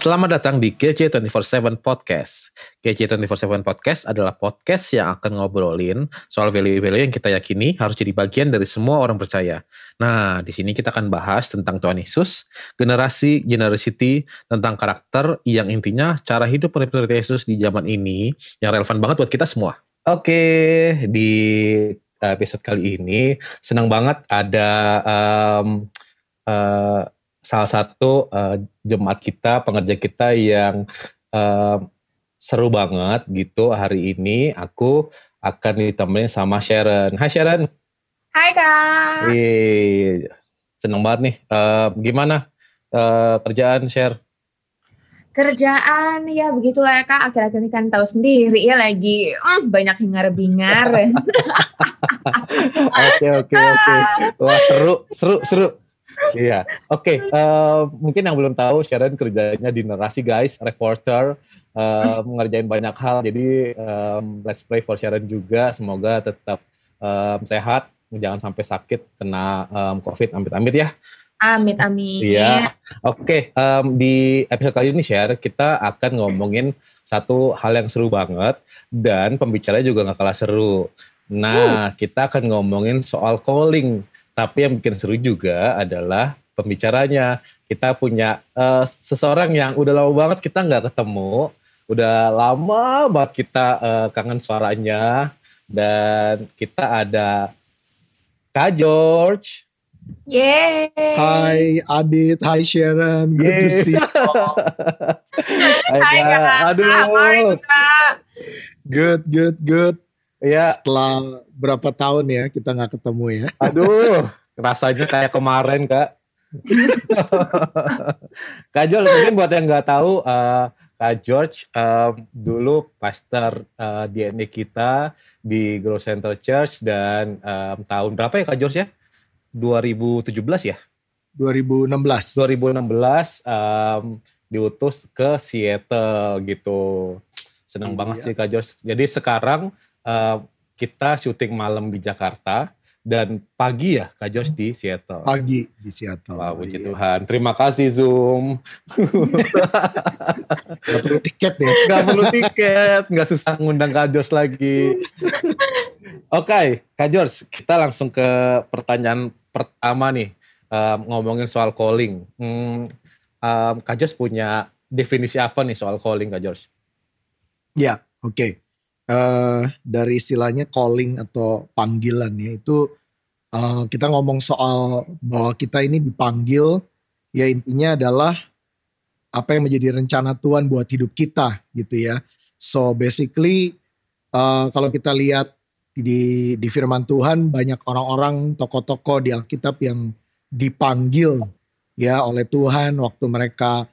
Selamat datang di GC247 Podcast. GC247 Podcast adalah podcast yang akan ngobrolin soal value-value yang kita yakini harus jadi bagian dari semua orang percaya. Nah, di sini kita akan bahas tentang Tuhan Yesus, generosity, tentang karakter yang intinya cara hidup murid-murid Yesus di zaman ini yang relevan banget buat kita semua. Oke, di episode kali ini senang banget ada salah satu jemaat kita, pengerja kita yang seru banget gitu. Hari ini aku akan ditemenin sama Sharon. Hai Sharon. Hai Kak. Seneng banget nih. Gimana kerjaan, Share? Kerjaan ya begitulah ya Kak. Akhir-akhir ini kan tahu sendiri ya lagi banyak hingar-bingar. Oke. Wah, seru. Iya, oke. Mungkin yang belum tahu, Sharon kerjanya di Narasi guys, reporter, mengerjain banyak hal. Jadi let's pray for Sharon juga. Semoga tetap sehat, jangan sampai sakit kena COVID, amit-amit ya. Amit. Iya, oke. Di episode kali ini kita akan ngomongin satu hal yang seru banget dan pembicaranya juga gak kalah seru. Nah, kita akan ngomongin soal calling. Tapi yang bikin seru juga adalah pembicaranya. Kita punya seseorang yang udah lama banget kita nggak ketemu. Udah lama banget kita kangen suaranya. Dan kita ada Kak George. Yeay. Hai Adit, hai Sharon, good to see you. Hai Kak. Aduh. Good. Ya. Setelah berapa tahun ya kita nggak ketemu ya. Aduh, rasanya kayak kemarin Kak. Kak George, mungkin buat yang nggak tahu, Kak George dulu pastor DNA kita di Growth Center Church dan tahun berapa ya Kak George ya? 2017 ya? 2016 diutus ke Seattle gitu. Senang banget sih Kak George. Jadi sekarang kita syuting malam di Jakarta dan pagi ya Kak George di Seattle. Pagi di Seattle. Wah, puji Tuhan. Terima kasih Zoom. Gak perlu tiket ya? Gak perlu tiket, gak susah ngundang Kak George lagi. Oke, Kak George, kita langsung ke pertanyaan pertama nih, ngomongin soal calling. Kak George punya definisi apa nih soal calling Kak George? Ya, oke. Dari istilahnya calling atau panggilan ya, itu kita ngomong soal bahwa kita ini dipanggil, ya intinya adalah apa yang menjadi rencana Tuhan buat hidup kita gitu ya. So basically kalau kita lihat di firman Tuhan, banyak orang-orang, tokoh-tokoh di Alkitab yang dipanggil ya oleh Tuhan waktu mereka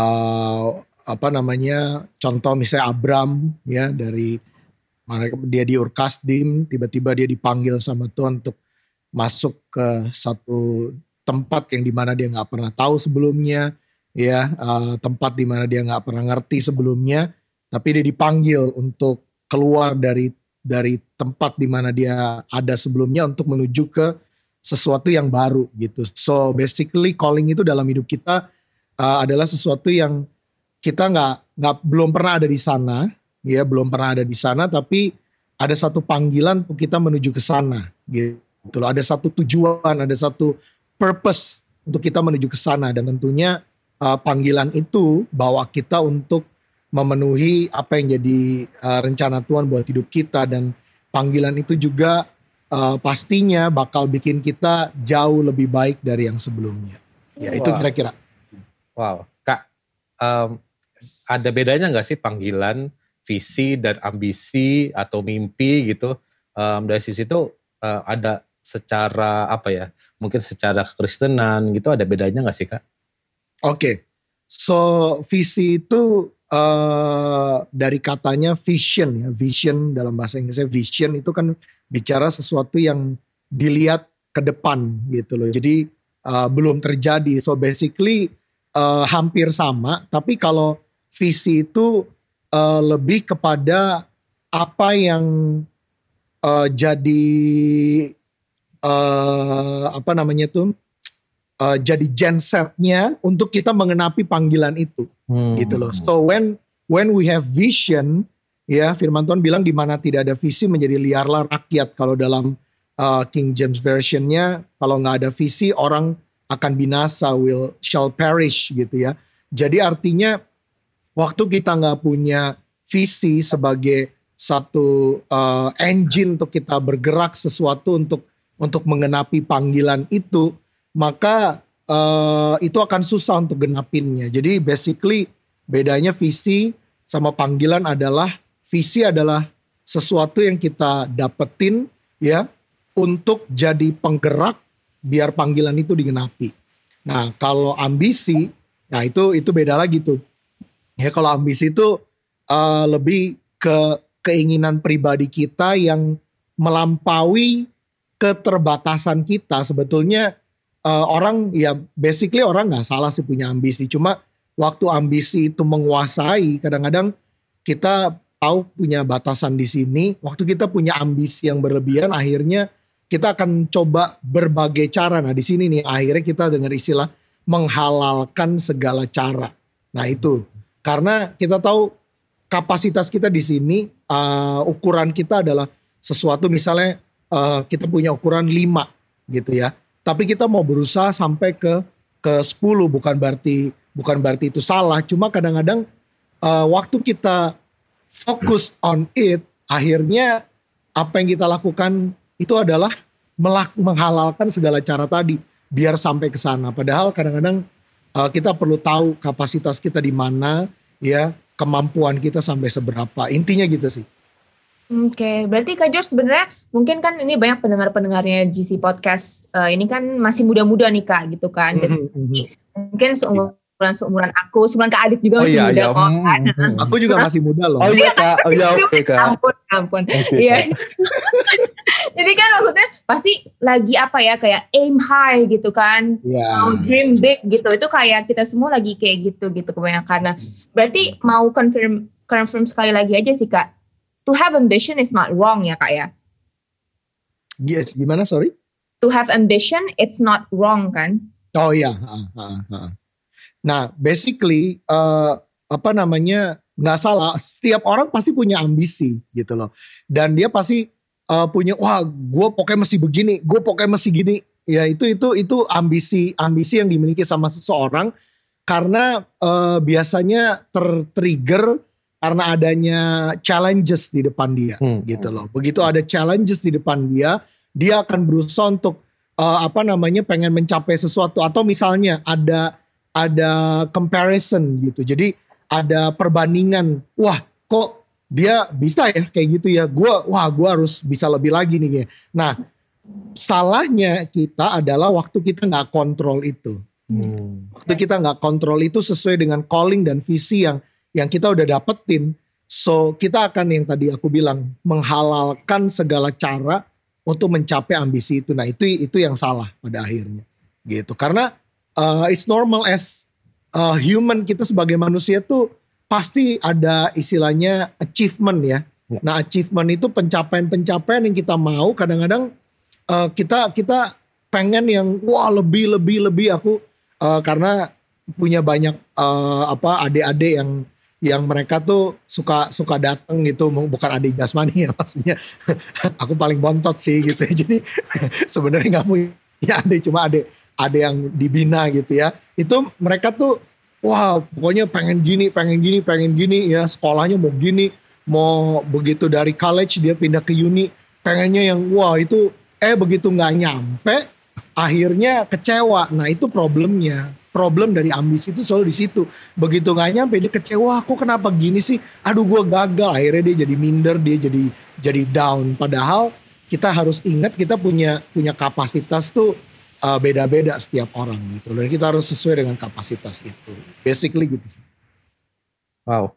contoh misalnya Abram ya, dari dia di Ur Kasdim, tiba-tiba dia dipanggil sama Tuhan untuk masuk ke satu tempat yang dimana dia nggak pernah tahu sebelumnya ya, tempat dimana dia nggak pernah ngerti sebelumnya, tapi dia dipanggil untuk keluar dari tempat dimana dia ada sebelumnya untuk menuju ke sesuatu yang baru gitu. So basically calling itu dalam hidup kita adalah sesuatu yang kita belum pernah ada di sana. Ya, belum pernah ada di sana, tapi ada satu panggilan untuk kita menuju ke sana gitu loh. Ada satu tujuan, ada satu purpose untuk kita menuju ke sana, dan tentunya panggilan itu bawa kita untuk memenuhi apa yang jadi rencana Tuhan buat hidup kita, dan panggilan itu juga pastinya bakal bikin kita jauh lebih baik dari yang sebelumnya. Ya, itu kira-kira. Wow, Kak, ada bedanya nggak sih panggilan, visi dan ambisi atau mimpi gitu, dari sisi itu ada secara apa ya, mungkin secara kekristenan gitu ada bedanya nggak sih Kak? Oke. So visi itu dari katanya vision ya, vision dalam bahasa Inggrisnya vision itu kan bicara sesuatu yang dilihat ke depan gitu loh, jadi belum terjadi. So basically hampir sama, tapi kalau visi itu lebih kepada apa yang jadi jadi gensetnya untuk kita mengenapi panggilan itu, gitu loh. So when we have vision, ya Firman Tuhan bilang di mana tidak ada visi menjadi liarlah rakyat. Kalau dalam King James Version-nya, kalau nggak ada visi orang akan binasa, shall perish gitu ya. Jadi artinya waktu kita nggak punya visi sebagai satu engine untuk kita bergerak sesuatu untuk mengenapi panggilan itu, maka itu akan susah untuk genapinnya. Jadi basically bedanya visi sama panggilan adalah visi adalah sesuatu yang kita dapetin ya untuk jadi penggerak biar panggilan itu digenapi. Nah kalau ambisi, nah itu beda lagi tuh. Ya kalau ambisi itu lebih ke keinginan pribadi kita yang melampaui keterbatasan kita. Sebetulnya orang ya basically orang nggak salah sih punya ambisi. Cuma waktu ambisi itu menguasai, kadang-kadang kita tahu punya batasan di sini. Waktu kita punya ambisi yang berlebihan, akhirnya kita akan coba berbagai cara. Nah di sini nih akhirnya kita dengar istilah menghalalkan segala cara. Nah itu karena kita tahu kapasitas kita di sini, ukuran kita adalah sesuatu misalnya kita punya ukuran 5 gitu ya. Tapi kita mau berusaha sampai ke 10, bukan berarti itu salah. Cuma kadang-kadang waktu kita fokus on it, akhirnya apa yang kita lakukan itu adalah menghalalkan segala cara tadi biar sampai ke sana. Padahal kadang-kadang kita perlu tahu kapasitas kita di mana, ya kemampuan kita sampai seberapa. Intinya gitu sih. Oke, berarti Kak George sebenarnya mungkin kan ini banyak pendengar-pendengarnya GC Podcast. Ini kan masih muda-muda nih Kak gitu kan. Dan mungkin seumuran aku, seumuran Kak Adit juga masih muda kok kan. Aku juga masih muda loh. Oh iya Kak, oh iya oke Kak. Ampun. Iya. Jadi kan maksudnya pasti lagi apa ya, kayak aim high gitu kan. Dream big gitu. Itu kayak kita semua lagi kayak gitu kebanyakan. Nah, berarti mau confirm sekali lagi aja sih Kak. To have ambition is not wrong ya Kak ya? Yes, gimana sorry? To have ambition it's not wrong kan? Oh iya. Nah basically nggak salah. Setiap orang pasti punya ambisi gitu loh. Dan dia pasti punya wah gue pokoknya mesti begini, gue pokoknya mesti gini. Ya itu ambisi yang dimiliki sama seseorang karena biasanya tertrigger karena adanya challenges di depan dia gitu loh. Begitu ada challenges di depan dia akan berusaha untuk pengen mencapai sesuatu, atau misalnya ada comparison gitu. Jadi ada perbandingan. Wah, kok dia bisa ya kayak gitu ya. Gua harus bisa lebih lagi nih ya. Nah, salahnya kita adalah waktu kita nggak kontrol itu. Waktu kita nggak kontrol itu sesuai dengan calling dan visi yang kita udah dapetin. So kita akan yang tadi aku bilang menghalalkan segala cara untuk mencapai ambisi itu. Nah itu yang salah pada akhirnya gitu. Karena it's normal as human, kita sebagai manusia tuh pasti ada istilahnya achievement ya. Nah achievement itu pencapaian yang kita mau. Kadang-kadang kita pengen yang wah lebih aku karena punya banyak adik-adik yang mereka tuh suka datang gitu, bukan adik jasmani ya maksudnya. Aku paling bontot sih gitu ya. Jadi sebenarnya nggak punya adik, cuma adik yang dibina gitu ya. Itu mereka tuh wah pokoknya pengen gini ya, sekolahnya mau gini, mau begitu dari college dia pindah ke uni, pengennya yang wah itu begitu nggak nyampe akhirnya kecewa. Nah itu problemnya. Problem dari ambisi itu selalu di situ. Begitu gak nyampe dia kecewa, kok kenapa gini sih? Aduh gue gagal. Akhirnya dia jadi minder, dia jadi down. Padahal kita harus ingat kita punya kapasitas tuh beda-beda setiap orang gitu. Dan kita harus sesuai dengan kapasitas itu. Basically gitu sih. Wow,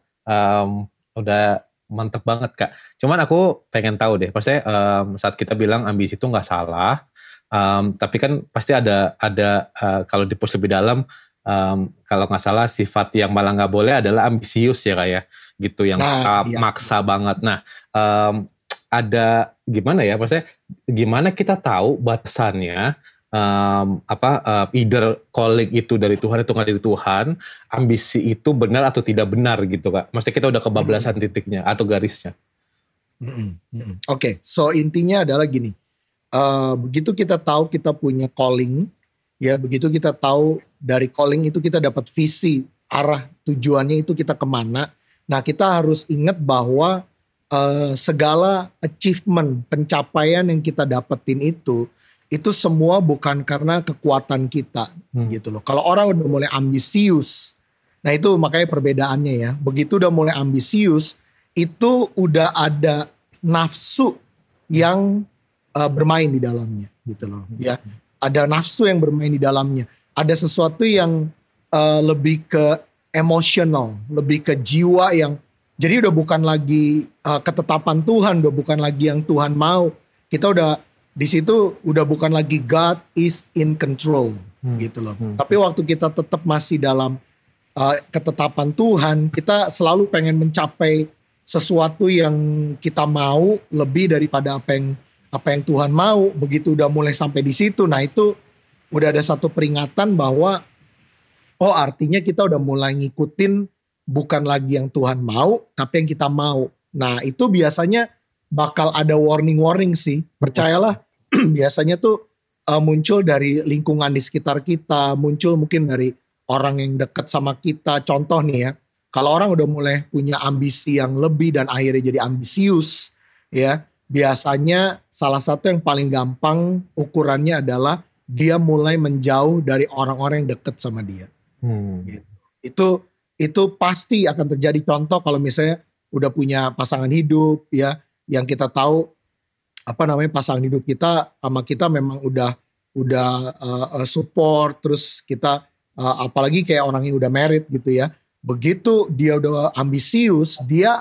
udah mantep banget Kak. Cuman aku pengen tahu deh, maksudnya saat kita bilang ambisi itu gak salah. Tapi kan pasti ada kalau di-push lebih dalam, kalau nggak salah sifat yang malah nggak boleh adalah ambisius ya kayak gitu, yang maksa banget. Nah ada gimana ya, maksudnya gimana kita tahu batasannya either calling itu dari Tuhan itu nggak dari Tuhan, ambisi itu benar atau tidak benar gitu Kak. Maksudnya kita udah kebablasan titiknya atau garisnya. Oke, so intinya adalah gini, begitu kita tahu kita punya calling, ya begitu kita tahu dari calling itu kita dapat visi, arah tujuannya itu kita kemana. Nah kita harus ingat bahwa segala achievement, pencapaian yang kita dapetin itu semua bukan karena kekuatan kita gitu loh. Kalau orang udah mulai ambisius, nah itu makanya perbedaannya ya. Begitu udah mulai ambisius, itu udah ada nafsu yang bermain di dalamnya gitu loh. Ya, ada nafsu yang bermain di dalamnya. Ada sesuatu yang lebih ke emosional, lebih ke jiwa yang jadi udah bukan lagi ketetapan Tuhan, udah bukan lagi yang Tuhan mau. Kita udah di situ udah bukan lagi God is in control gitu loh. Tapi waktu kita tetap masih dalam ketetapan Tuhan, kita selalu pengen mencapai sesuatu yang kita mau lebih daripada apa yang Tuhan mau. Begitu udah mulai sampai di situ, nah itu udah ada satu peringatan bahwa artinya kita udah mulai ngikutin bukan lagi yang Tuhan mau, tapi yang kita mau. Nah itu biasanya bakal ada warning sih. Percayalah, biasanya tuh muncul dari lingkungan di sekitar kita, muncul mungkin dari orang yang dekat sama kita. Contoh nih ya, kalau orang udah mulai punya ambisi yang lebih dan akhirnya jadi ambisius, ya biasanya salah satu yang paling gampang ukurannya adalah dia mulai menjauh dari orang-orang yang dekat sama dia. Gitu. Itu pasti akan terjadi. Contoh kalau misalnya udah punya pasangan hidup ya, yang kita tahu pasangan hidup kita sama kita memang udah support, terus kita apalagi kayak orang yang udah married gitu ya. Begitu dia udah ambisius, dia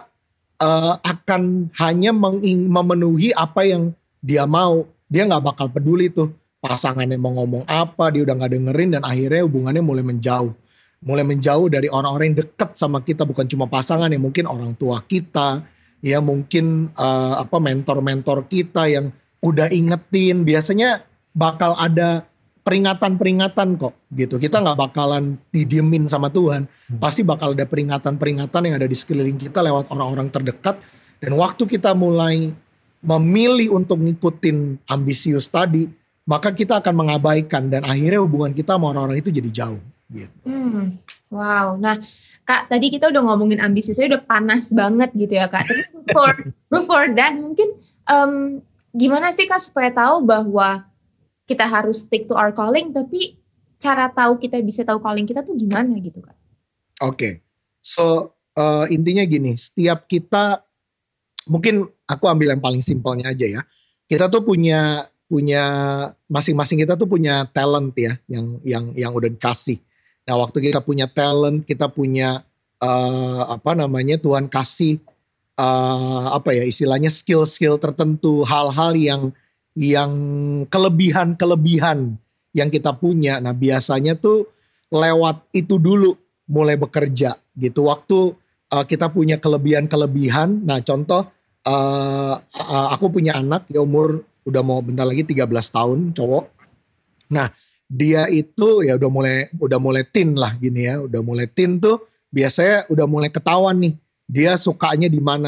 akan hanya memenuhi apa yang dia mau. Dia nggak bakal peduli tuh pasangannya mau ngomong apa, dia udah nggak dengerin, dan akhirnya hubungannya mulai menjauh dari orang-orang yang dekat sama kita. Bukan cuma pasangan, ya mungkin orang tua kita, ya mungkin mentor-mentor kita yang udah ingetin. Biasanya bakal ada peringatan-peringatan kok gitu. Kita nggak bakalan didiemin sama Tuhan. Pasti bakal ada peringatan-peringatan yang ada di sekeliling kita lewat orang-orang terdekat. Dan waktu kita mulai memilih untuk ngikutin ambisius tadi, maka kita akan mengabaikan, dan akhirnya hubungan kita sama orang-orang itu jadi jauh gitu. Wow. Nah Kak, tadi kita udah ngomongin ambisiusnya udah panas banget gitu ya Kak. Tapi before that mungkin gimana sih Kak supaya tahu bahwa kita harus stick to our calling, tapi cara tahu kita bisa tahu calling kita tuh gimana gitu Kak? Oke. So intinya gini, setiap kita, mungkin aku ambil yang paling simpelnya aja ya. Kita tuh punya masing-masing kita tuh punya talent ya, yang udah dikasih. Nah waktu kita punya talent, kita punya Tuhan kasih istilahnya skill-skill tertentu, hal-hal yang kelebihan yang kita punya. Nah biasanya tuh lewat itu dulu mulai bekerja gitu. Waktu kita punya kelebihan. Nah contoh aku punya anak ya, umur udah mau bentar lagi 13 tahun, cowok. Nah dia itu ya udah mulai teen lah gini ya. Udah mulai teen tuh biasanya udah mulai ketahuan nih. Dia sukanya di mana,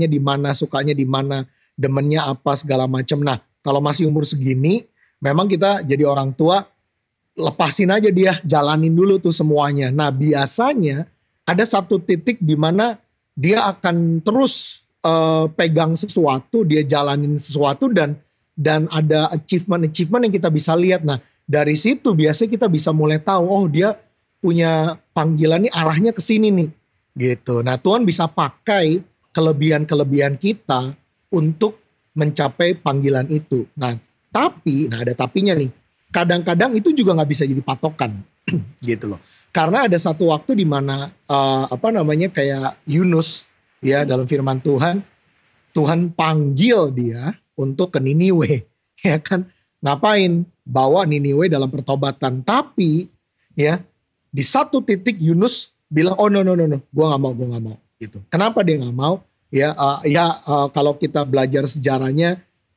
demennya apa segala macam. Nah kalau masih umur segini, memang kita jadi orang tua lepasin aja dia, jalanin dulu tuh semuanya. Nah biasanya ada satu titik di mana dia akan terus pegang sesuatu, dia jalanin sesuatu, dan ada achievement yang kita bisa lihat. Nah dari situ biasanya kita bisa mulai tahu, oh dia punya panggilan nih, arahnya ke sini nih gitu. Nah Tuhan bisa pakai kelebihan kita untuk mencapai panggilan itu. Nah ada tapinya nih. Kadang-kadang itu juga nggak bisa jadi patokan gitu loh. Karena ada satu waktu di mana kayak Yunus ya, dalam firman Tuhan panggil dia untuk ke Niniwe, ya kan? Ngapain? Bawa Niniwe dalam pertobatan. Tapi ya di satu titik Yunus bilang, oh no, gue nggak mau gitu. Kenapa dia nggak mau? Kalau kita belajar sejarahnya,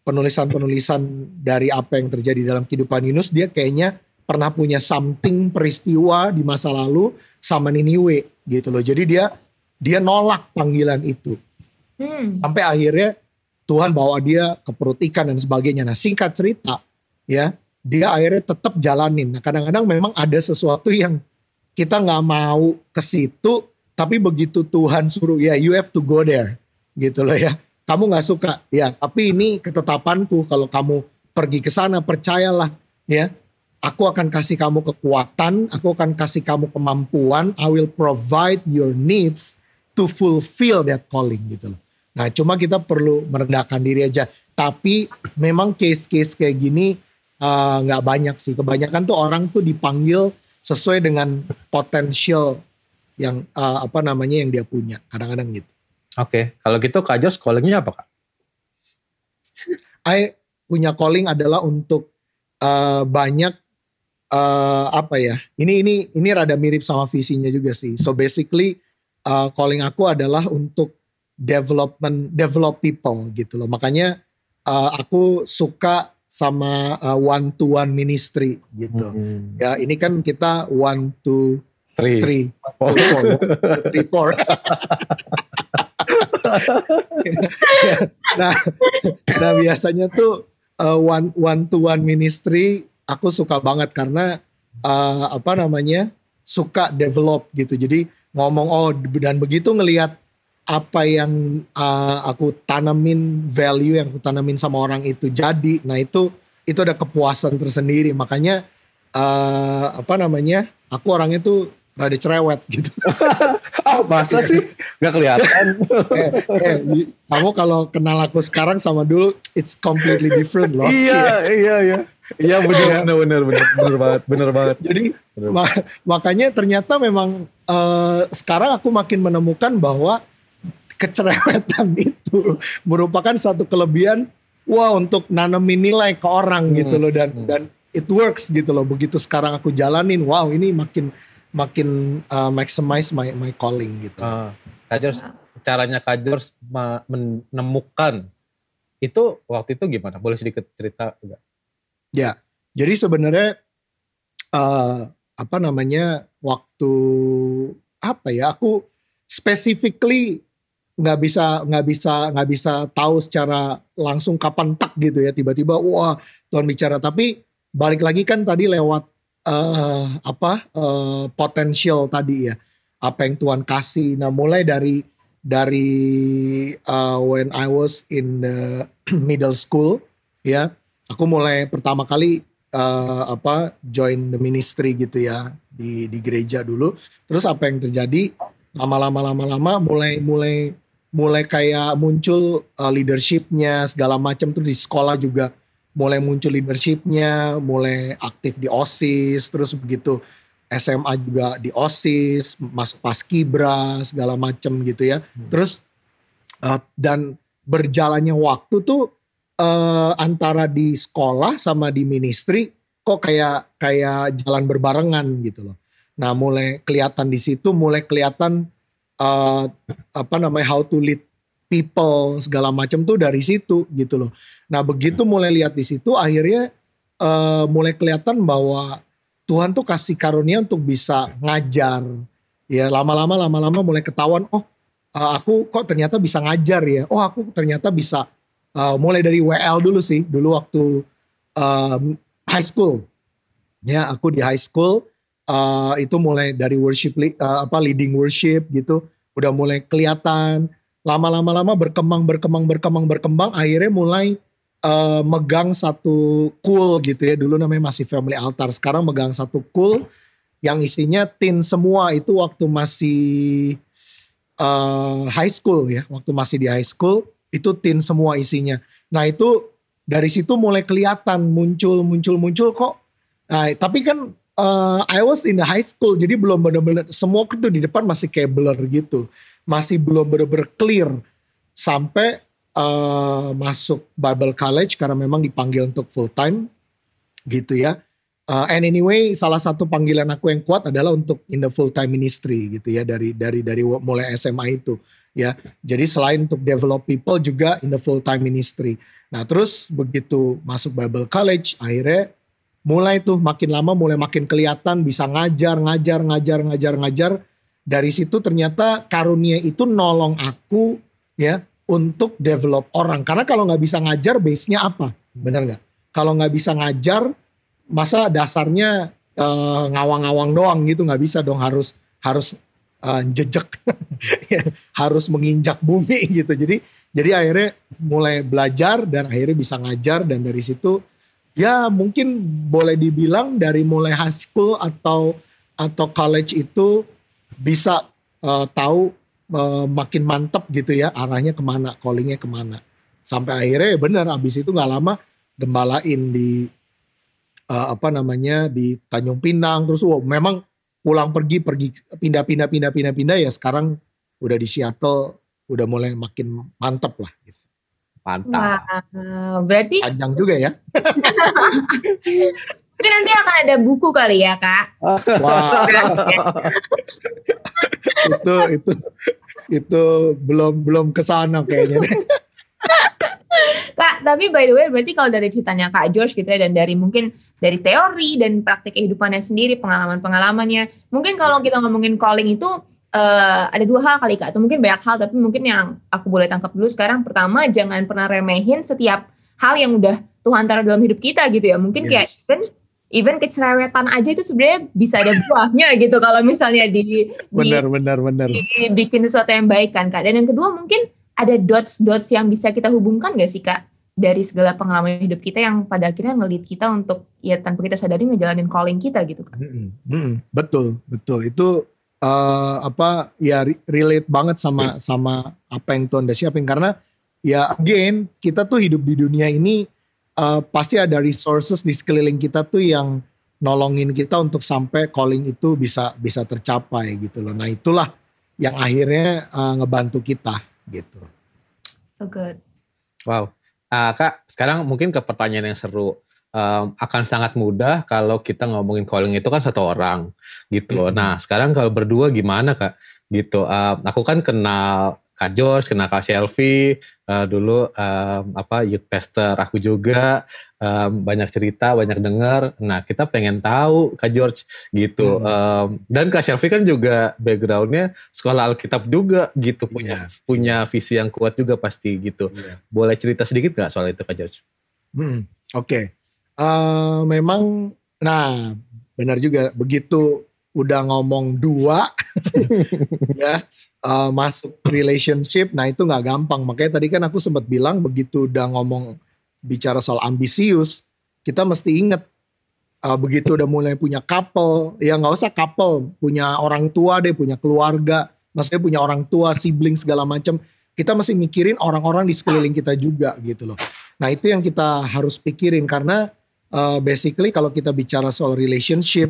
penulisan-penulisan dari apa yang terjadi dalam kehidupan Yunus, dia kayaknya pernah punya something peristiwa di masa lalu sama Niniwe gitu loh. Jadi dia nolak panggilan itu. Sampai akhirnya Tuhan bawa dia ke perut ikan dan sebagainya. Nah, singkat cerita ya, dia akhirnya tetap jalanin. Nah, kadang-kadang memang ada sesuatu yang kita nggak mau ke situ, tapi begitu Tuhan suruh, ya you have to go there gitu loh ya. Kamu nggak suka, ya tapi ini ketetapanku, kalau kamu pergi ke sana percayalah ya. Aku akan kasih kamu kekuatan, aku akan kasih kamu kemampuan, I will provide your needs to fulfill that calling gitu loh. Nah, cuma kita perlu merendahkan diri aja. Tapi memang case-case kayak gini nggak banyak sih. Kebanyakan tuh orang tuh dipanggil sesuai dengan potensial yang yang dia punya. Kadang-kadang gitu. Oke, kalau gitu Kak Jos callingnya apa Kak? I punya calling adalah untuk banyak Ini rada mirip sama visinya juga sih. So basically calling aku adalah untuk develop people gitu loh. Makanya aku suka sama one to one ministry gitu. Ya ini kan kita 1, 2, 3, 4. nah biasanya tuh one to one ministry aku suka banget karena suka develop gitu. Jadi ngomong dan begitu ngelihat apa yang aku tanamin, value yang aku tanamin sama orang itu jadi, nah itu ada kepuasan tersendiri. Makanya aku orangnya tuh rada cerewet gitu. Masa sih? Gak kelihatan. Kamu kalau kenal aku sekarang sama dulu, it's completely different loh. Iya. Iya bener banget. Jadi makanya ternyata memang sekarang aku makin menemukan bahwa kecerewetan itu merupakan satu kelebihan untuk nanamin nilai ke orang gitu loh, dan it works gitu loh. Begitu sekarang aku jalanin, ini makin maximize my calling gitu. Kak Jos, caranya Kak Jos menemukan itu waktu itu gimana? Boleh sedikit cerita enggak? Ya, jadi sebenarnya waktu aku specifically nggak bisa tahu secara langsung kapan gitu ya, tiba-tiba Tuhan bicara. Tapi balik lagi kan tadi lewat potensial tadi ya, apa yang Tuhan kasih. Nah, mulai dari when I was in the middle school ya, aku mulai pertama kali join the ministry gitu ya, di gereja dulu. Terus apa yang terjadi, lama-lama mulai kayak muncul leadershipnya segala macam. Terus di sekolah juga mulai muncul leadershipnya, mulai aktif di OSIS, terus begitu SMA juga di OSIS, masuk Paskibra segala macam gitu ya. Terus dan berjalannya waktu tuh antara di sekolah sama di ministry kok kayak jalan berbarengan gitu loh. Nah, mulai kelihatan di situ, mulai kelihatan how to lead people segala macam tuh dari situ gitu loh. Nah, begitu mulai lihat di situ, akhirnya mulai kelihatan bahwa Tuhan tuh kasih karunia untuk bisa ngajar. Ya, lama-lama mulai ketahuan, aku kok ternyata bisa ngajar ya. Aku ternyata bisa mulai dari WL dulu sih, dulu waktu high school. Ya, aku di high school itu mulai dari leading worship gitu, udah mulai kelihatan. Lama-lama berkembang, akhirnya mulai megang satu cool gitu ya. Dulu namanya masih Family Altar, sekarang megang satu cool yang isinya teen semua. Itu waktu masih high school ya, waktu masih di high school itu teen semua isinya. Nah, itu dari situ mulai kelihatan muncul kok. Nah, tapi kan I was in the high school, jadi belum benar-benar semua itu di depan masih kayak blur gitu, masih belum benar-benar clear sampai masuk Bible College karena memang dipanggil untuk full time gitu ya. And anyway, salah satu panggilan aku yang kuat adalah untuk in the full time ministry gitu ya, dari mulai SMA itu ya. Jadi selain untuk develop people juga in the full time ministry. Nah terus begitu masuk Bible College akhirnya mulai tuh makin lama mulai makin kelihatan bisa ngajar. Dari situ ternyata karunia itu nolong aku ya untuk develop orang. Karena kalau nggak bisa ngajar base-nya apa? Benar nggak? Kalau nggak bisa ngajar masa dasarnya ngawang-ngawang doang gitu, nggak bisa dong, harus jejak harus menginjak bumi gitu. Jadi akhirnya mulai belajar dan akhirnya bisa ngajar, dan dari situ ya mungkin boleh dibilang dari mulai high school atau college itu bisa tahu makin mantep gitu ya arahnya kemana, callingnya kemana. Sampai akhirnya ya benar abis itu gak lama gembalain di di Tanjung Pinang. Terus memang pulang pergi pindah ya, sekarang udah di Seattle udah mulai makin mantep lah gitu. Mantap. Wow, berarti panjang juga ya. Mungkin nanti akan ada buku kali ya Kak. Wah. itu belum kesana kayaknya. Kak, tapi by the way berarti kalau dari ceritanya Kak George gitu ya, dan dari mungkin dari teori dan praktik kehidupannya sendiri, pengalaman-pengalamannya, mungkin kalau kita ngomongin calling itu ada dua hal kali Kak, atau mungkin banyak hal, tapi mungkin yang aku boleh tangkap dulu sekarang, pertama jangan pernah remehin setiap hal yang udah Tuhan taruh dalam hidup kita gitu ya. Mungkin kayak even kecerewetan aja itu sebenarnya bisa ada buahnya gitu kalau misalnya benar. dibikin sesuatu yang baik kan Kak. Dan yang kedua mungkin ada dots yang bisa kita hubungkan gak sih Kak dari segala pengalaman hidup kita yang pada akhirnya nge-lead kita untuk ya tanpa kita sadari ngejalanin calling kita gitu Kak. Betul itu relate banget sama apa yang Tuhan udah siapin, karena ya again kita tuh hidup di dunia ini pasti ada resources di sekeliling kita tuh yang nolongin kita untuk sampai calling itu bisa tercapai gitu loh. Nah itulah yang akhirnya ngebantu kita gitu. So good. Wow. Kak, sekarang mungkin ke pertanyaan yang seru. Akan sangat mudah kalau kita ngomongin calling itu kan satu orang gitu. Nah sekarang kalau berdua gimana Kak? Gitu. Aku kan kenal Kak George, kenal Kak Shelfie, dulu youth pastor aku juga, banyak cerita, banyak dengar. Nah kita pengen tahu Kak George gitu. Dan Kak Shelfie kan juga backgroundnya sekolah Alkitab juga gitu, punya visi yang kuat juga pasti gitu. Boleh cerita sedikit gak soal itu Kak George? Oke. Memang, nah benar juga, begitu udah ngomong dua ya masuk relationship, nah itu nggak gampang. Makanya tadi kan aku sempat bilang begitu udah ngomong bicara soal ambisius, kita mesti ingat begitu udah mulai punya couple, ya nggak usah couple, punya orang tua deh, punya keluarga, maksudnya punya orang tua, sibling segala macam, kita mesti mikirin orang-orang di sekeliling kita juga gitu loh. Nah itu yang kita harus pikirin, karena basically kalau kita bicara soal relationship,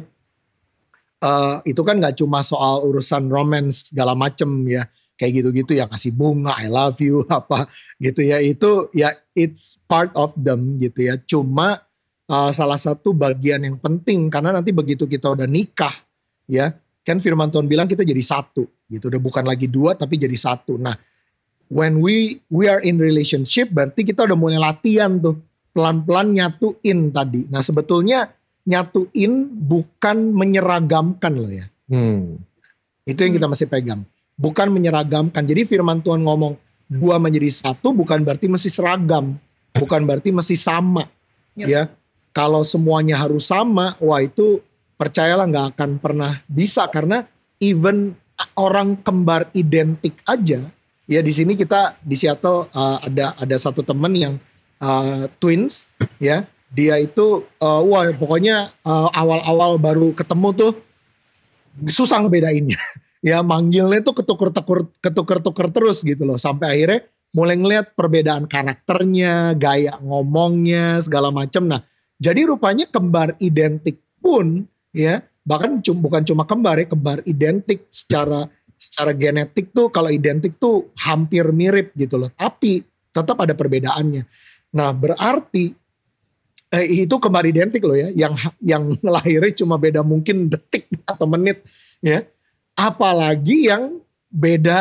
itu kan gak cuma soal urusan romance segala macem ya, kayak gitu-gitu ya, kasih bunga, I love you apa gitu ya, itu ya it's part of them gitu ya. Cuma salah satu bagian yang penting, karena nanti begitu kita udah nikah ya, kan firman Tuhan bilang kita jadi satu gitu, udah bukan lagi dua tapi jadi satu. Nah when we are in relationship, berarti kita udah mulai latihan tuh pelan-pelan nyatuin tadi. Nah sebetulnya nyatuin bukan menyeragamkan loh ya. Itu yang kita masih pegang. Bukan menyeragamkan. Jadi firman Tuhan ngomong dua menjadi satu bukan berarti mesti seragam. Bukan berarti mesti sama. Ya. Kalau semuanya harus sama, wah itu percayalah gak akan pernah bisa. Karena even orang kembar identik aja. Ya di sini kita di Seattle ada satu teman yang twins ya. Dia itu pokoknya awal-awal baru ketemu tuh susah ngebedainnya. Ya manggilnya tuh ketuker terus gitu loh. Sampai akhirnya mulai ngeliat perbedaan karakternya, gaya ngomongnya, segala macam. Nah jadi rupanya kembar identik pun ya, bahkan bukan cuma kembar ya, kembar identik secara genetik tuh, kalau identik tuh hampir mirip gitu loh. Tapi tetap ada perbedaannya. Nah berarti itu kembar identik loh ya, yang lahirnya cuma beda mungkin detik atau menit ya, apalagi yang beda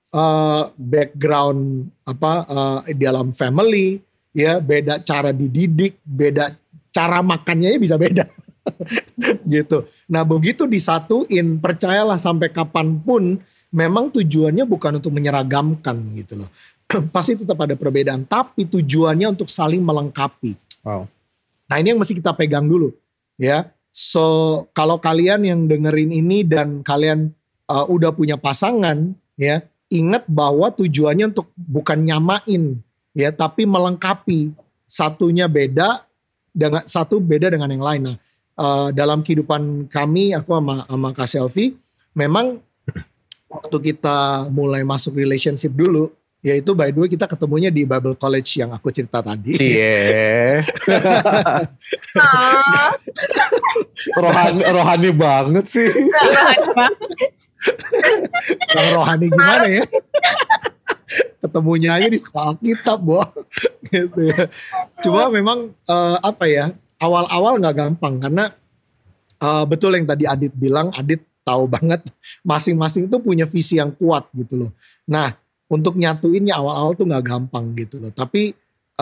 background dalam family, ya beda cara dididik, beda cara makannya ya bisa beda. Gitu. Nah begitu disatuin, percayalah sampai kapanpun memang tujuannya bukan untuk menyeragamkan gitu loh. Pasti tetap ada perbedaan, tapi tujuannya untuk saling melengkapi. Wow. Nah ini yang mesti kita pegang dulu ya. So kalau kalian yang dengerin ini dan kalian udah punya pasangan ya, ingat bahwa tujuannya untuk bukan nyamain ya, tapi melengkapi. Satunya beda dengan yang lain. Nah dalam kehidupan kami, aku sama Kak Selvi, memang waktu kita mulai masuk relationship dulu, yaitu by the way kita ketemunya di Bible College yang aku cerita tadi. Iya. rohani banget sih. Yang rohani gimana ya? Ketemunya aja di sekolah kitab, Bo. Gitu ya. Cuma memang awal-awal nggak gampang karena betul yang tadi Adit bilang, Adit tahu banget masing-masing tuh punya visi yang kuat gitu loh. Nah untuk nyatuinnya awal-awal tuh nggak gampang gitu loh. Tapi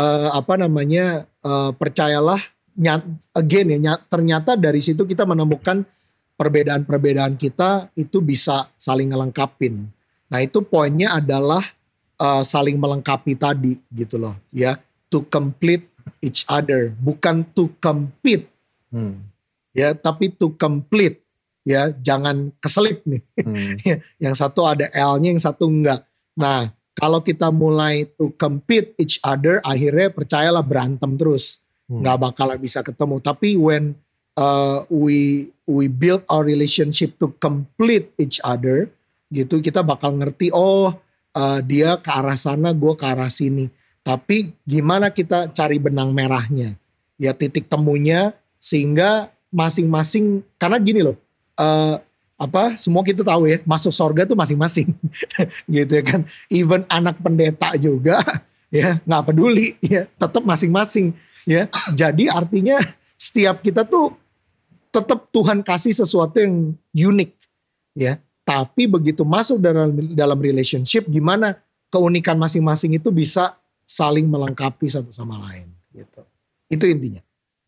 percayalah, ternyata dari situ kita menemukan perbedaan-perbedaan kita itu bisa saling ngelengkapin. Nah itu poinnya adalah saling melengkapi tadi gitu loh ya. To complete each other, bukan to compete. Ya, tapi to complete. Ya, jangan keselip nih. Yang satu ada L-nya, yang satu enggak. Nah, kalau kita mulai to compete each other, akhirnya percayalah berantem terus. Nggak bakalan bisa ketemu. Tapi when we build our relationship to complete each other, gitu, kita bakal ngerti, dia ke arah sana, gue ke arah sini. Tapi gimana kita cari benang merahnya? Ya titik temunya, sehingga masing-masing, karena gini loh, semua kita tahu ya, masuk surga tuh masing-masing. Gitu ya kan. Even anak pendeta juga ya nggak peduli ya, tetap masing-masing ya. Jadi artinya setiap kita tuh tetap Tuhan kasih sesuatu yang unik ya. Tapi begitu masuk dalam relationship, gimana keunikan masing-masing itu bisa saling melengkapi satu sama lain gitu. Itu intinya.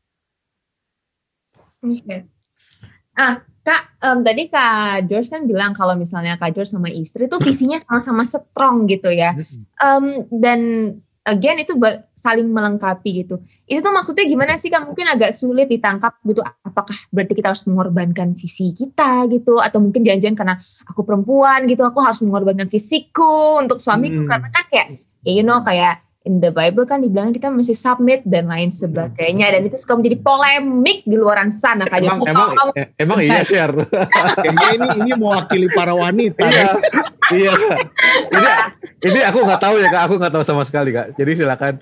Oke. Kak, tadi Kak George kan bilang kalau misalnya Kak George sama istri tuh visinya sama-sama strong gitu ya. Dan again itu saling melengkapi gitu. Itu tuh maksudnya gimana sih Kak? Mungkin agak sulit ditangkap gitu. Apakah berarti kita harus mengorbankan visi kita gitu? Atau mungkin jangan-jangan karena aku perempuan gitu, aku harus mengorbankan fisikku untuk suamiku. Karena kan kayak, kayak in the Bible kan dibilang kita mesti submit dan lain sebagainya. Dan itu suka menjadi polemik di luaran sana. Kak. Emang iya share. Kayaknya ini mewakili para wanita. Iya. Ini aku nggak tahu ya Kak. Aku nggak tahu sama sekali Kak. Jadi silakan.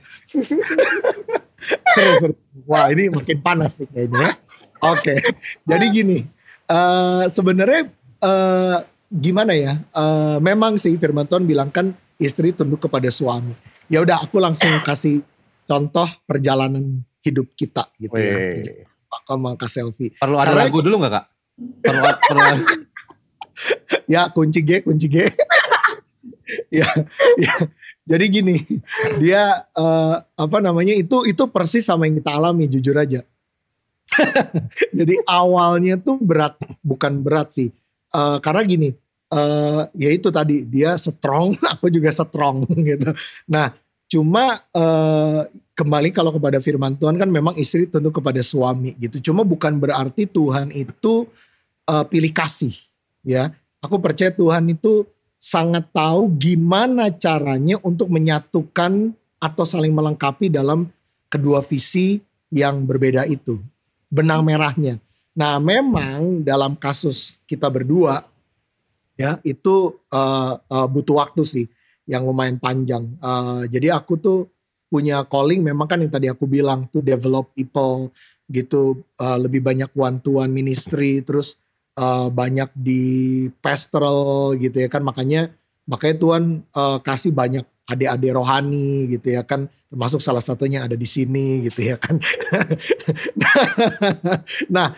Seru. Wah ini makin panas nih kayaknya. Oke. Jadi gini. Sebenarnya gimana ya? Memang sih firman Tuhan bilang kan istri tunduk kepada suami. Ya udah aku langsung kasih contoh perjalanan hidup kita gitu ya. Sama Kak Selvi. Perlu ada lagu dulu gak Kak? Perlu. Ya kunci G. ya. Jadi gini, dia itu persis sama yang kita alami, jujur aja. Jadi awalnya tuh bukan berat sih. Karena gini, ya itu tadi dia strong, aku juga strong gitu. Nah cuma kembali kalau kepada firman Tuhan kan memang istri tunduk kepada suami gitu. Cuma bukan berarti Tuhan itu pilih kasih ya. Aku percaya Tuhan itu sangat tahu gimana caranya untuk menyatukan atau saling melengkapi dalam kedua visi yang berbeda itu. Benang merahnya. Nah memang dalam kasus kita berdua ya itu butuh waktu sih yang lumayan panjang. Jadi aku tuh punya calling memang kan yang tadi aku bilang tuh develop people gitu, lebih banyak one-to-one ministry, terus banyak di pastoral gitu ya kan, makanya Tuhan kasih banyak adik-adik rohani gitu ya kan, termasuk salah satunya ada di sini gitu ya kan. Nah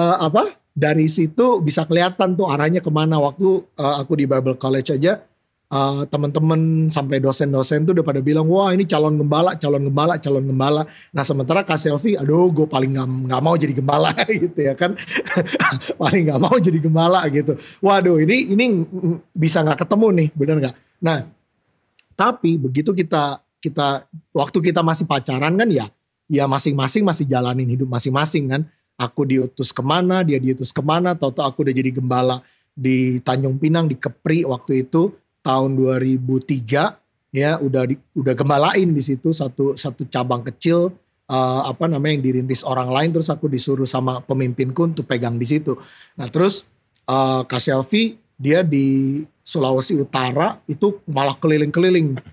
dari situ bisa kelihatan tuh arahnya kemana. Waktu aku di Bible College aja teman-teman sampai dosen-dosen tuh udah pada bilang, wah ini calon gembala. Nah sementara Kak Selvi, aduh gue paling nggak mau jadi gembala gitu ya kan, paling nggak mau jadi gembala gitu. Waduh ini bisa nggak ketemu nih, bener nggak? Nah tapi begitu kita waktu kita masih pacaran kan ya masing-masing masih jalanin hidup masing-masing kan. Aku diutus kemana, dia diutus kemana, tahu-tahu aku udah jadi gembala di Tanjung Pinang, di Kepri waktu itu. Tahun 2003 ya udah gembalain di situ satu cabang kecil yang dirintis orang lain, terus aku disuruh sama pemimpinku untuk pegang di situ. Nah terus Kak Selvi dia di Sulawesi Utara itu malah keliling-keliling,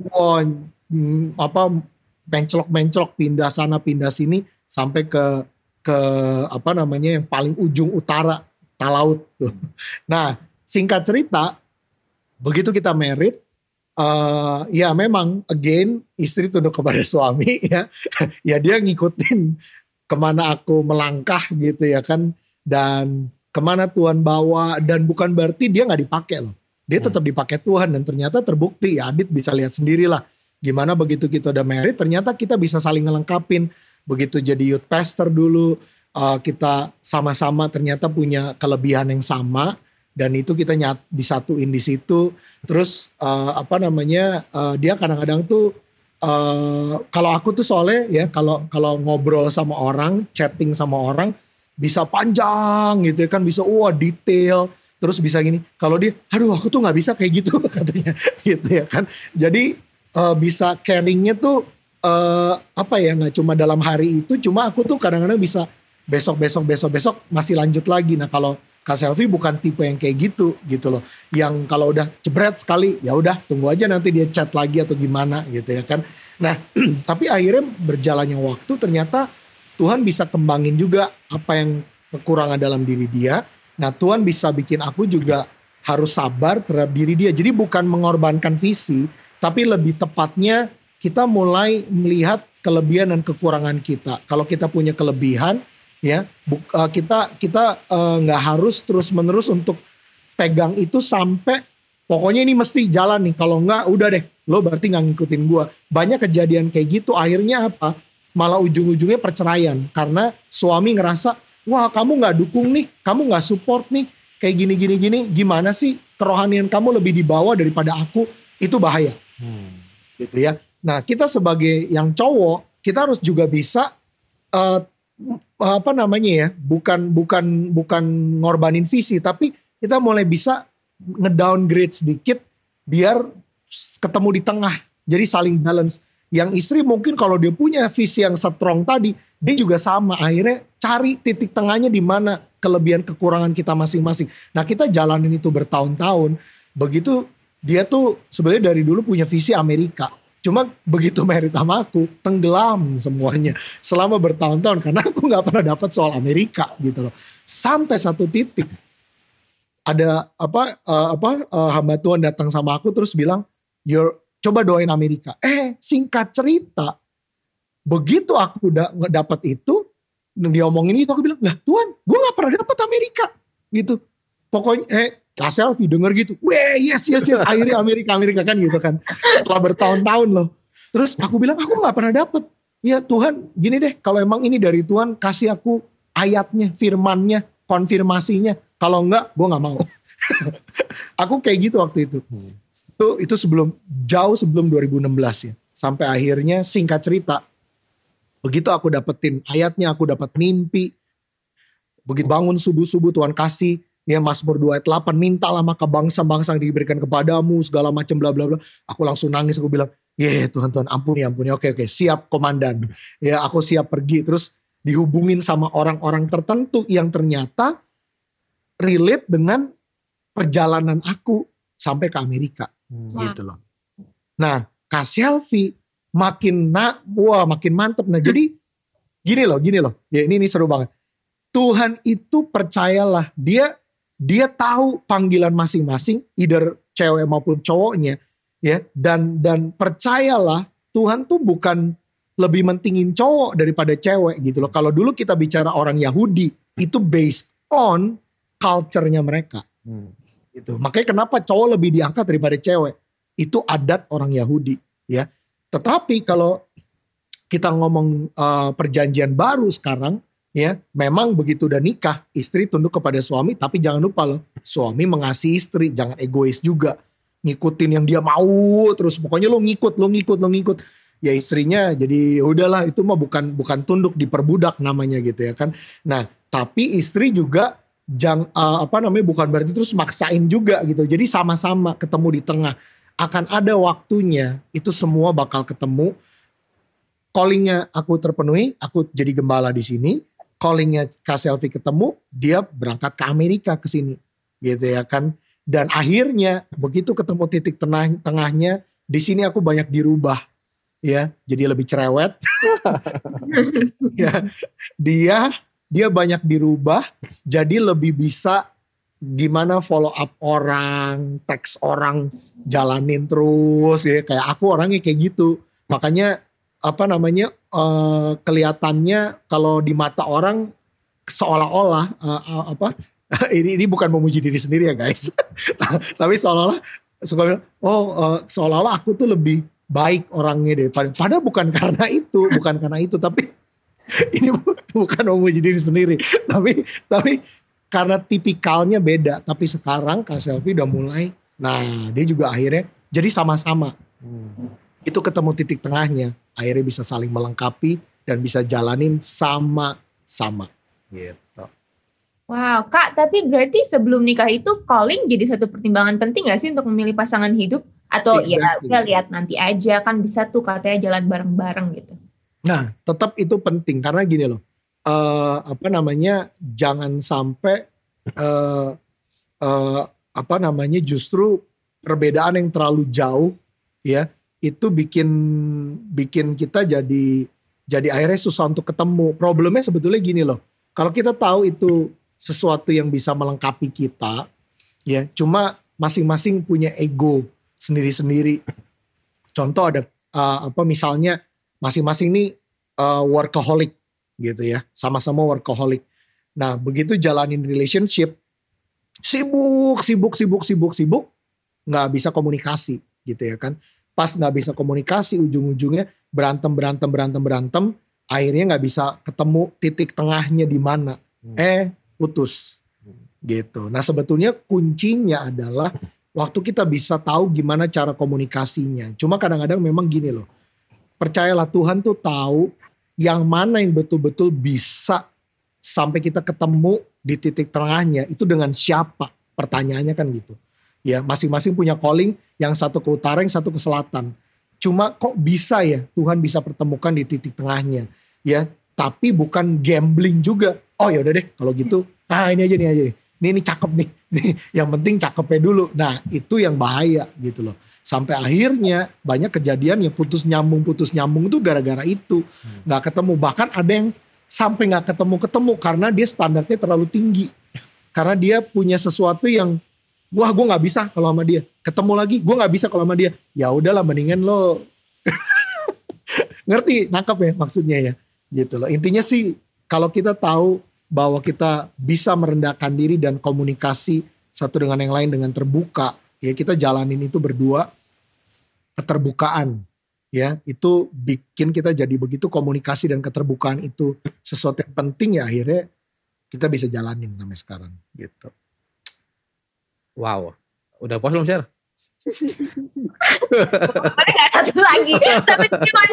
menclok pindah sana pindah sini sampai ke yang paling ujung utara Talaut tuh. Nah singkat cerita, begitu kita married, ya memang again istri tunduk kepada suami ya, ya dia ngikutin kemana aku melangkah gitu ya kan, dan kemana Tuhan bawa, dan bukan berarti dia nggak dipakai loh, dia tetap dipakai Tuhan, dan ternyata terbukti ya, Adit bisa lihat sendirilah gimana begitu kita udah married ternyata kita bisa saling ngelengkapin. Begitu jadi youth pastor dulu, kita sama-sama ternyata punya kelebihan yang sama. Dan itu kita disatuin di situ. Terus dia kadang-kadang tuh kalau aku tuh soalnya ya kalau ngobrol sama orang, chatting sama orang bisa panjang gitu ya kan, bisa detail, terus bisa gini. Kalau dia, aduh aku tuh nggak bisa kayak gitu katanya gitu ya kan. Jadi bisa caringnya tuh nggak cuma dalam hari itu, cuma aku tuh kadang-kadang bisa besok masih lanjut lagi. Nah kalau Kak Selvi bukan tipe yang kayak gitu loh. Yang kalau udah jebret sekali, ya udah tunggu aja nanti dia chat lagi atau gimana gitu ya kan. Nah, tapi akhirnya berjalannya waktu ternyata Tuhan bisa kembangin juga apa yang kekurangan dalam diri dia. Nah, Tuhan bisa bikin aku juga harus sabar terhadap diri dia. Jadi bukan mengorbankan visi, tapi lebih tepatnya kita mulai melihat kelebihan dan kekurangan kita. Kalau kita punya kelebihan, ya kita nggak harus terus menerus untuk pegang itu sampai pokoknya ini mesti jalan nih, kalau nggak udah deh lo berarti nggak ngikutin gue. Banyak kejadian kayak gitu, akhirnya apa, malah ujung-ujungnya perceraian karena suami ngerasa wah kamu nggak dukung nih, kamu nggak support nih, kayak gini gimana sih, kerohanian kamu lebih dibawa daripada aku, itu bahaya gitu ya. Nah kita sebagai yang cowok kita harus juga bisa bukan ngorbanin visi, tapi kita mulai bisa ngedowngrade sedikit biar ketemu di tengah, jadi saling balance. Yang istri mungkin kalau dia punya visi yang strong tadi, dia juga sama, akhirnya cari titik tengahnya di mana kelebihan kekurangan kita masing-masing. Nah kita jalanin itu bertahun-tahun. Begitu dia tuh sebenarnya dari dulu punya visi Amerika, cuma begitu married sama aku tenggelam semuanya selama bertahun-tahun karena aku nggak pernah dapat soal Amerika gitu loh. Sampai satu titik ada hamba Tuhan datang sama aku terus bilang, coba doain Amerika. Singkat cerita, begitu aku udah dapat itu, dia omongin itu, aku bilang, lah Tuhan, gue nggak pernah dapat Amerika gitu. Pokoknya Kak Selvi denger gitu, weh yes akhirnya Amerika kan gitu kan, setelah bertahun-tahun loh. Terus aku bilang aku nggak pernah dapet. Ya Tuhan gini deh, kalau emang ini dari Tuhan kasih aku ayatnya, firmannya, konfirmasinya. Kalau enggak gue nggak mau. Aku kayak gitu waktu itu. Itu jauh sebelum 2016 ya. Sampai akhirnya singkat cerita, begitu aku dapetin ayatnya, aku dapat mimpi. Begitu bangun subuh-subuh Tuhan kasih. Ya Mazmur 2 ayat 8, mintalah maka bangsa-bangsa yang diberikan kepadamu segala macam bla bla bla. Aku langsung nangis, aku bilang, Tuhan ampuni. Oke, siap komandan. Ya aku siap pergi. Terus dihubungin sama orang-orang tertentu yang ternyata relate dengan perjalanan aku sampai ke Amerika. Gitu loh. Nah Kak Selvi makin mantep. Nah jadi gini loh. Ya ini seru banget. Tuhan itu percayalah, dia tahu panggilan masing-masing, either cewek maupun cowoknya, ya. Dan percayalah, Tuhan tuh bukan lebih mentingin cowok daripada cewek gitu loh. Kalau dulu kita bicara orang Yahudi, itu based on culture-nya mereka. Gitu. Makanya kenapa cowok lebih diangkat daripada cewek? Itu adat orang Yahudi, ya. Tetapi kalau kita ngomong perjanjian baru sekarang, ya, memang begitu udah nikah, istri tunduk kepada suami, tapi jangan lupa loh, suami mengasihi istri, jangan egois juga, ngikutin yang dia mau, terus pokoknya lo ngikut. Ya istrinya jadi udahlah, itu mah bukan tunduk, diperbudak namanya gitu ya kan. Nah, tapi istri juga bukan berarti terus maksain juga gitu. Jadi sama-sama ketemu di tengah. Akan ada waktunya itu semua bakal ketemu. Callingnya aku terpenuhi, aku jadi gembala di sini. Callingnya Kak Selvi ketemu, dia berangkat ke Amerika ke sini, gitu ya kan. Dan akhirnya begitu ketemu titik tengahnya, di sini aku banyak dirubah, ya, jadi lebih cerewet. Ya, dia banyak dirubah, jadi lebih bisa gimana follow up orang, teks orang, jalanin terus ya. Kayak aku orangnya kayak gitu. Makanya kelihatannya kalau di mata orang seolah-olah ini bukan memuji diri sendiri ya guys. Tapi seolah-olah seolah-olah aku tuh lebih baik orangnya daripada, padahal bukan karena itu, tapi ini bukan memuji diri sendiri, tapi karena tipikalnya beda. Tapi sekarang Kak Selvi udah mulai, nah dia juga akhirnya jadi sama-sama. Itu ketemu titik tengahnya, akhirnya bisa saling melengkapi dan bisa jalanin sama-sama gitu. Wow Kak, tapi berarti sebelum nikah itu calling jadi satu pertimbangan penting gak sih untuk memilih pasangan hidup? Atau exactly. Ya lihat nanti aja, kan bisa tuh katanya jalan bareng-bareng gitu. Nah, tetap itu penting karena gini loh, jangan sampai justru perbedaan yang terlalu jauh, ya, itu bikin kita jadi akhirnya susah untuk ketemu. Problemnya sebetulnya gini loh, kalau kita tahu itu sesuatu yang bisa melengkapi kita, ya, cuma masing-masing punya ego sendiri-sendiri. Contoh ada misalnya masing-masing nih workaholic gitu ya, sama-sama workaholic. Nah begitu jalanin relationship, sibuk, nggak bisa komunikasi gitu ya kan. Pas nggak bisa komunikasi, ujung-ujungnya berantem, akhirnya nggak bisa ketemu titik tengahnya di mana. Putus gitu. Nah sebetulnya kuncinya adalah waktu kita bisa tahu gimana cara komunikasinya. Cuma kadang-kadang memang gini loh, percayalah Tuhan tuh tahu yang mana yang betul-betul bisa sampai kita ketemu di titik tengahnya itu dengan siapa. Pertanyaannya kan gitu. Ya, masing-masing punya calling, yang satu ke utara, yang satu ke selatan. Cuma kok bisa ya Tuhan bisa pertemukan di titik tengahnya. Ya, tapi bukan gambling juga. Oh ya udah deh kalau gitu. Ini aja nih. Ini cakep nih. Yang penting cakepnya dulu. Nah, itu yang bahaya gitu loh. Sampai akhirnya banyak kejadian yang putus nyambung itu gara-gara itu. Gak ketemu. Bahkan ada yang sampai gak ketemu karena dia standarnya terlalu tinggi. Karena dia punya sesuatu yang, wah gue gak bisa kalau sama dia. Ketemu lagi, gue gak bisa kalau sama dia. Ya udahlah mendingan lo. Ngerti, nangkep ya maksudnya ya. Gitu loh. Intinya sih kalau kita tahu bahwa kita bisa merendahkan diri dan komunikasi satu dengan yang lain dengan terbuka, ya kita jalanin itu berdua, keterbukaan, ya itu bikin kita jadi begitu. Komunikasi dan keterbukaan itu sesuatu yang penting, ya akhirnya kita bisa jalanin sampai sekarang gitu. Wow, udah puas belum Sher? Ada satu lagi, tapi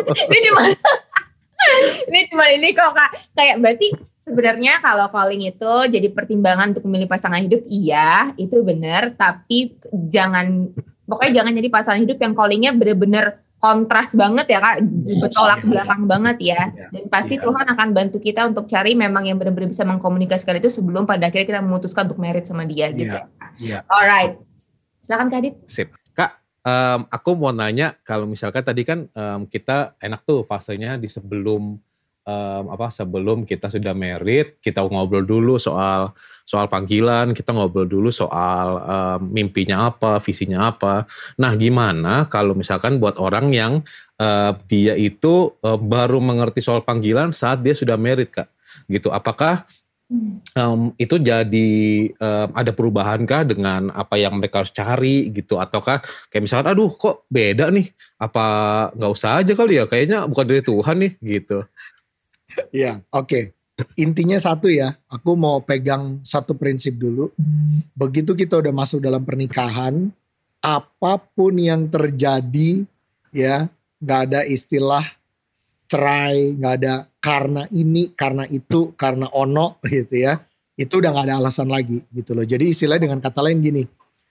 ini cuma ini kok Kak. Kayak berarti sebenarnya kalau calling itu jadi pertimbangan untuk memilih pasangan hidup, iya itu benar. Tapi pokoknya jangan jadi pasangan hidup yang callingnya benar-benar kontras banget ya Kak, bertolak belakang banget ya. Dan pasti Tuhan akan bantu kita untuk cari memang yang benar-benar bisa mengkomunikasikan itu sebelum pada akhirnya kita memutuskan untuk married sama dia gitu. Alright, silakan Kak Adit. Sip. Kak, aku mau nanya, kalau misalkan tadi kan kita enak tuh fasenya di sebelum kita sudah married, kita ngobrol dulu soal panggilan, kita ngobrol dulu soal mimpinya apa, visinya apa. Nah, gimana kalau misalkan buat orang yang dia itu baru mengerti soal panggilan saat dia sudah married, Kak? Gitu. Apakah itu jadi ada perubahankah dengan apa yang mereka harus cari gitu, ataukah kayak misalkan aduh kok beda nih, apa nggak usah aja kali ya, kayaknya bukan dari Tuhan nih gitu. Ya, oke. Intinya satu ya, aku mau pegang satu prinsip dulu. Begitu kita udah masuk dalam pernikahan, apapun yang terjadi ya, nggak ada istilah cerai, nggak ada karena ini, karena itu, karena ono gitu ya. Itu udah nggak ada alasan lagi gitu loh. Jadi istilahnya dengan kata lain gini,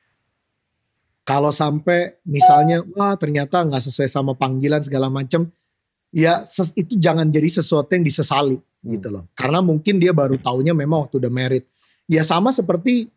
kalau sampai misalnya wah ternyata nggak sesuai sama panggilan segala macam, ya itu jangan jadi sesuatu yang disesali gitu loh. Karena mungkin dia baru taunya memang waktu udah married. Ya sama seperti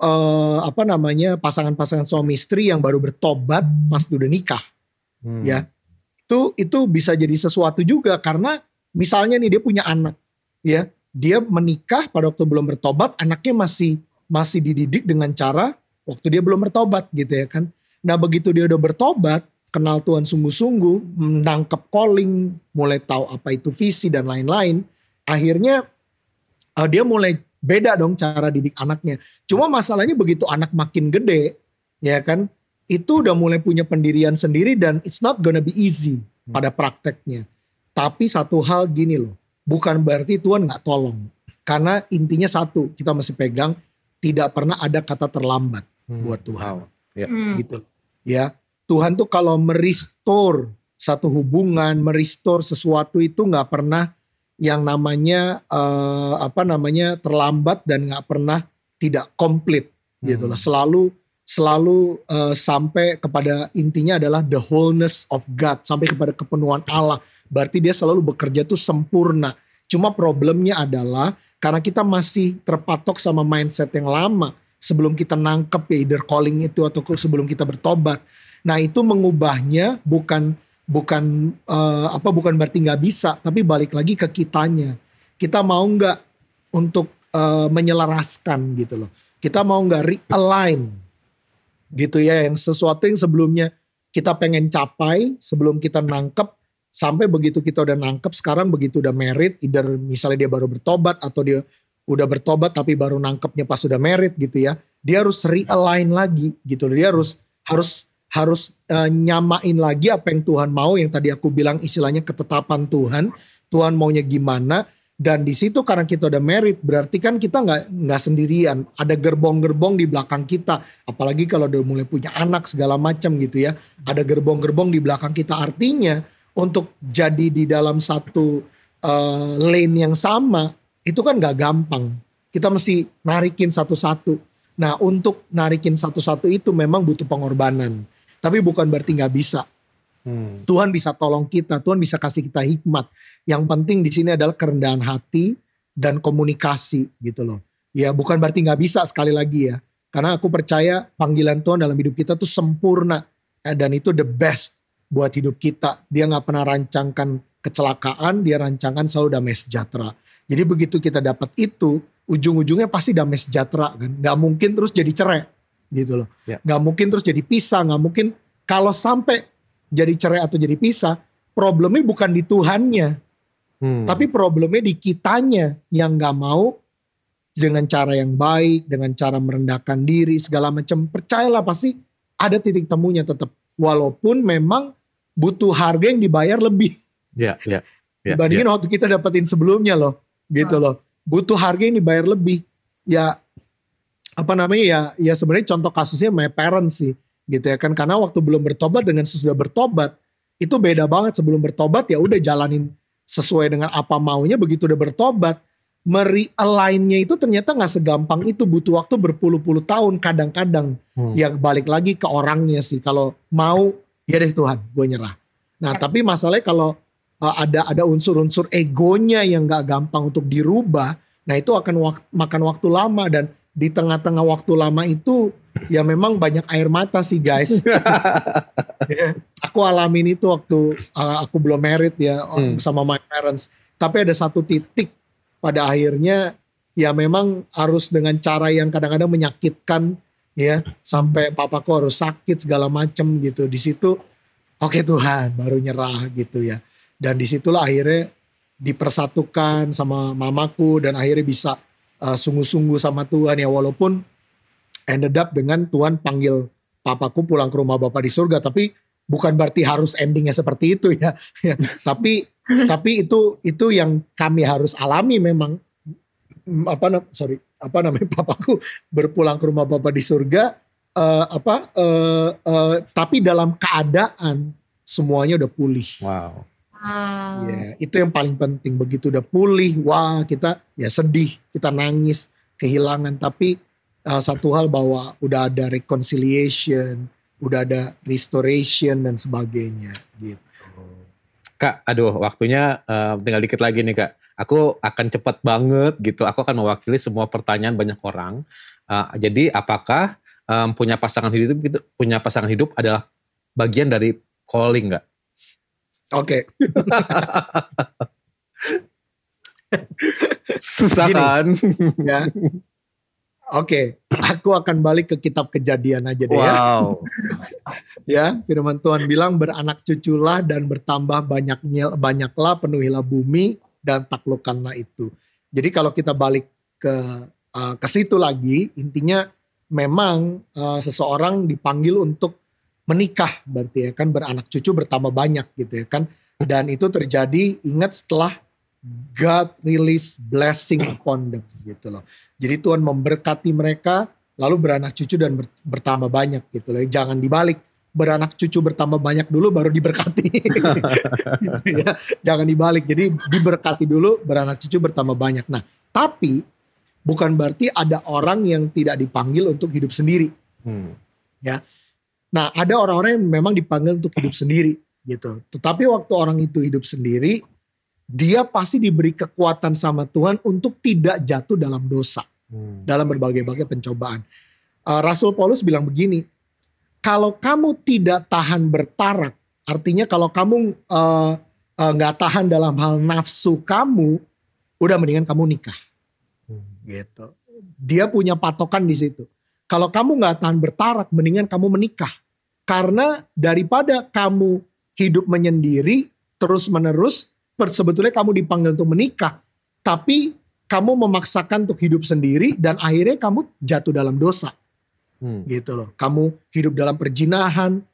pasangan-pasangan suami istri yang baru bertobat pas udah nikah. Ya. Itu bisa jadi sesuatu juga karena misalnya nih dia punya anak, ya dia menikah pada waktu belum bertobat, anaknya masih dididik dengan cara waktu dia belum bertobat gitu ya kan. Nah begitu dia udah bertobat, kenal Tuhan sungguh-sungguh, menangkap calling, mulai tahu apa itu visi dan lain-lain, akhirnya dia mulai beda dong cara didik anaknya. Cuma masalahnya begitu anak makin gede, ya kan, itu udah mulai punya pendirian sendiri dan it's not gonna be easy pada prakteknya. Tapi satu hal gini loh, bukan berarti Tuhan gak tolong. Karena intinya satu, kita masih pegang, tidak pernah ada kata terlambat buat Tuhan. Gitu. Ya, Tuhan tuh kalau merestore satu hubungan, merestore sesuatu itu gak pernah yang namanya terlambat dan gak pernah tidak komplit gitu loh. Selalu sampai kepada intinya adalah the wholeness of God, sampai kepada kepenuhan Allah. Berarti dia selalu bekerja tuh sempurna. Cuma problemnya adalah karena kita masih terpatok sama mindset yang lama sebelum kita nangkep ya either calling itu atau sebelum kita bertobat. Nah itu mengubahnya bukan berarti nggak bisa, tapi balik lagi ke kitanya. Kita mau nggak untuk menyelaraskan gitu loh. Kita mau nggak realign gitu ya, yang sesuatu yang sebelumnya kita pengen capai sebelum kita nangkep, sampai begitu kita udah nangkep sekarang begitu udah married, either misalnya dia baru bertobat atau dia udah bertobat tapi baru nangkepnya pas udah married gitu ya, dia harus realign lagi gitu loh. Dia harus nyamain lagi apa yang Tuhan mau, yang tadi aku bilang istilahnya ketetapan Tuhan maunya gimana. Dan di situ karena kita udah married, berarti kan kita nggak sendirian. Ada gerbong-gerbong di belakang kita. Apalagi kalau udah mulai punya anak segala macam gitu ya. Ada gerbong-gerbong di belakang kita. Artinya untuk jadi di dalam satu lane yang sama, itu kan nggak gampang. Kita mesti narikin satu-satu. Nah untuk narikin satu-satu itu memang butuh pengorbanan. Tapi bukan berarti nggak bisa. Tuhan bisa tolong kita, Tuhan bisa kasih kita hikmat. Yang penting di sini adalah kerendahan hati dan komunikasi gitu loh. Ya bukan berarti nggak bisa, sekali lagi ya. Karena aku percaya panggilan Tuhan dalam hidup kita tuh sempurna dan itu the best buat hidup kita. Dia nggak pernah rancangkan kecelakaan, dia rancangkan selalu damai sejahtera. Jadi begitu kita dapat itu, ujung-ujungnya pasti damai sejahtera kan. Nggak mungkin terus jadi cerai gitu loh. Nggak mungkin terus jadi pisah, nggak mungkin. Kalau sampai jadi cerai atau jadi pisah, problemnya bukan di Tuhannya. Tapi problemnya di kitanya yang gak mau dengan cara yang baik, dengan cara merendahkan diri, segala macam. Percayalah pasti ada titik temunya tetap. Walaupun memang butuh harga yang dibayar lebih. Dibandingin waktu kita dapetin sebelumnya loh. Gitu loh. Butuh harga yang dibayar lebih. Ya sebenarnya contoh kasusnya my parents sih. Gitu ya kan, karena waktu belum bertobat dengan sesudah bertobat itu beda banget. Sebelum bertobat ya udah jalanin sesuai dengan apa maunya, begitu udah bertobat merealignnya itu ternyata nggak segampang itu, butuh waktu berpuluh-puluh tahun kadang-kadang. Ya balik lagi ke orangnya sih, kalau mau ya deh Tuhan gue nyerah. Nah tapi masalahnya kalau ada unsur-unsur egonya yang nggak gampang untuk dirubah, nah itu akan makan waktu lama. Dan di tengah-tengah waktu lama itu ya memang banyak air mata sih guys. Aku alamin itu waktu aku belum married ya sama my parents. Tapi ada satu titik pada akhirnya ya memang harus dengan cara yang kadang-kadang menyakitkan ya, sampai papaku harus sakit segala macem gitu. Di situ oke Tuhan baru nyerah gitu ya. Dan disitulah akhirnya dipersatukan sama mamaku dan akhirnya bisa sungguh-sungguh sama Tuhan ya, walaupun ended up dengan Tuhan panggil papaku pulang ke rumah Bapa di surga, tapi bukan berarti harus endingnya seperti itu ya. tapi itu yang kami harus alami memang. Papaku berpulang ke rumah Bapa di surga, tapi dalam keadaan semuanya udah pulih. Wow. Ya, itu yang paling penting. Begitu udah pulih, wah kita ya sedih, kita nangis, kehilangan. Tapi satu hal bahwa udah ada reconciliation, udah ada restoration dan sebagainya gitu. Kak, aduh waktunya tinggal dikit lagi nih Kak. Aku akan cepat banget gitu. Aku akan mewakili semua pertanyaan banyak orang. Jadi apakah punya pasangan hidup adalah bagian dari calling nggak? Oke. Susah Gini, kan? Ya. Oke, aku akan balik ke kitab Kejadian aja deh ya. Wow. Ya, firman Tuhan bilang beranak cuculah dan bertambah banyaklah, penuhilah bumi dan taklukkanlah itu. Jadi kalau kita balik ke situ lagi, intinya memang seseorang dipanggil untuk menikah, berarti ya kan, beranak cucu bertambah banyak gitu ya kan. Dan itu terjadi, ingat, setelah God release blessing upon them gitu loh. Jadi Tuhan memberkati mereka, lalu beranak cucu dan bertambah banyak gitu loh. Jangan dibalik, beranak cucu bertambah banyak dulu baru diberkati. Gitu ya. Jangan dibalik, jadi diberkati dulu, beranak cucu bertambah banyak. Nah, tapi bukan berarti ada orang yang tidak dipanggil untuk hidup sendiri. Ya. Nah, ada orang-orang yang memang dipanggil untuk hidup sendiri gitu. Tetapi waktu orang itu hidup sendiri, dia pasti diberi kekuatan sama Tuhan untuk tidak jatuh dalam dosa. Dalam berbagai-bagai pencobaan. Rasul Paulus bilang begini, kalau kamu tidak tahan bertarak, artinya kalau kamu gak tahan dalam hal nafsu kamu, udah mendingan kamu nikah. Gitu. Dia punya patokan di situ. Kalau kamu gak tahan bertarak, mendingan kamu menikah. Karena daripada kamu hidup menyendiri terus menerus, sebetulnya kamu dipanggil untuk menikah, tapi kamu memaksakan untuk hidup sendiri dan akhirnya kamu jatuh dalam dosa. Gitu loh. Kamu hidup dalam perjinahan,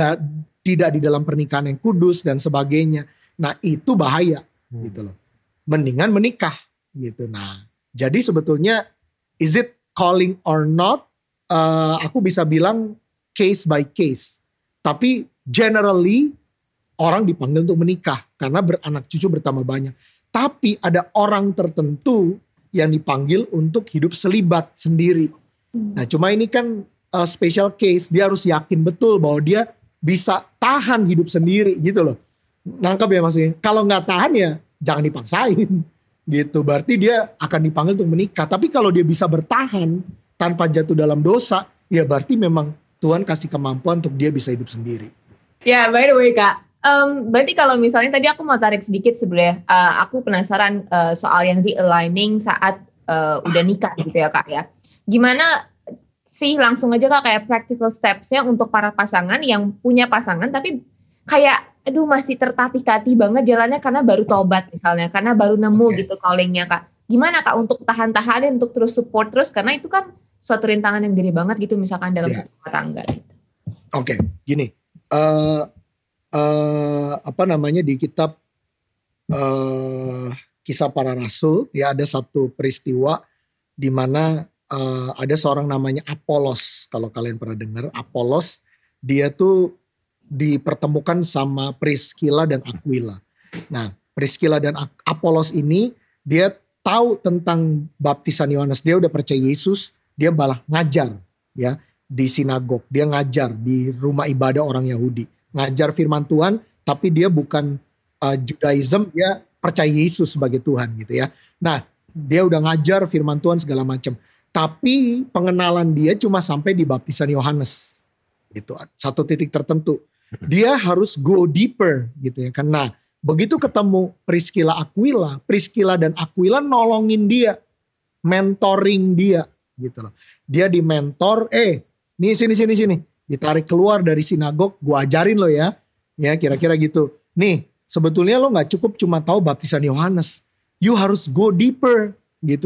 tidak di dalam pernikahan yang kudus dan sebagainya. Nah, itu bahaya gitu loh. Mendingan menikah gitu. Nah, jadi sebetulnya is it calling or not? Aku bisa bilang case by case. Tapi generally orang dipanggil untuk menikah karena beranak cucu bertambah banyak. Tapi ada orang tertentu yang dipanggil untuk hidup selibat sendiri. Nah, cuma ini kan special case. Dia harus yakin betul bahwa dia bisa tahan hidup sendiri gitu loh. Nangkep ya maksudnya? Kalau nggak tahan ya jangan dipaksain gitu. Berarti dia akan dipanggil untuk menikah. Tapi kalau dia bisa bertahan tanpa jatuh dalam dosa, ya berarti memang Tuhan kasih kemampuan untuk dia bisa hidup sendiri. Ya, by the way Kak. Berarti kalau misalnya tadi aku mau tarik sedikit sebenarnya, aku penasaran soal yang realigning saat udah nikah gitu ya Kak ya. Gimana sih langsung aja Kak kayak practical steps-nya untuk para pasangan yang punya pasangan tapi kayak aduh masih tertatih-tatih banget jalannya karena baru tobat misalnya, karena baru nemu gitu calling-nya Kak. Gimana Kak untuk tahan-tahanin, untuk terus support terus, karena itu kan suatu rintangan yang gede banget gitu misalkan dalam satu rumah tangga gitu. Oke, gini. Di kitab Kisah Para Rasul ya ada satu peristiwa di mana ada seorang namanya Apolos. Kalau kalian pernah dengar Apolos, dia tuh dipertemukan sama Priscilla dan Aquila. Nah, Priscilla dan Apolos ini dia tahu tentang baptisan Yohanes, dia udah percaya Yesus, dia malah ngajar ya di sinagog, dia ngajar di rumah ibadah orang Yahudi. Ngajar firman Tuhan, tapi dia bukan Judaism, dia percaya Yesus sebagai Tuhan gitu ya. Nah, dia udah ngajar firman Tuhan segala macam. Tapi pengenalan dia cuma sampai di baptisan Yohanes. Gitu, satu titik tertentu. Dia harus go deeper gitu ya kan. Nah, begitu ketemu Priscilla dan Aquila nolongin dia, mentoring dia gitu loh. Dia dimentor, nih sini. Ditarik keluar dari sinagog, gue ajarin lo ya. Ya kira-kira gitu. Nih sebetulnya lo gak cukup cuma tahu baptisan Yohanes. You harus go deeper gitu loh.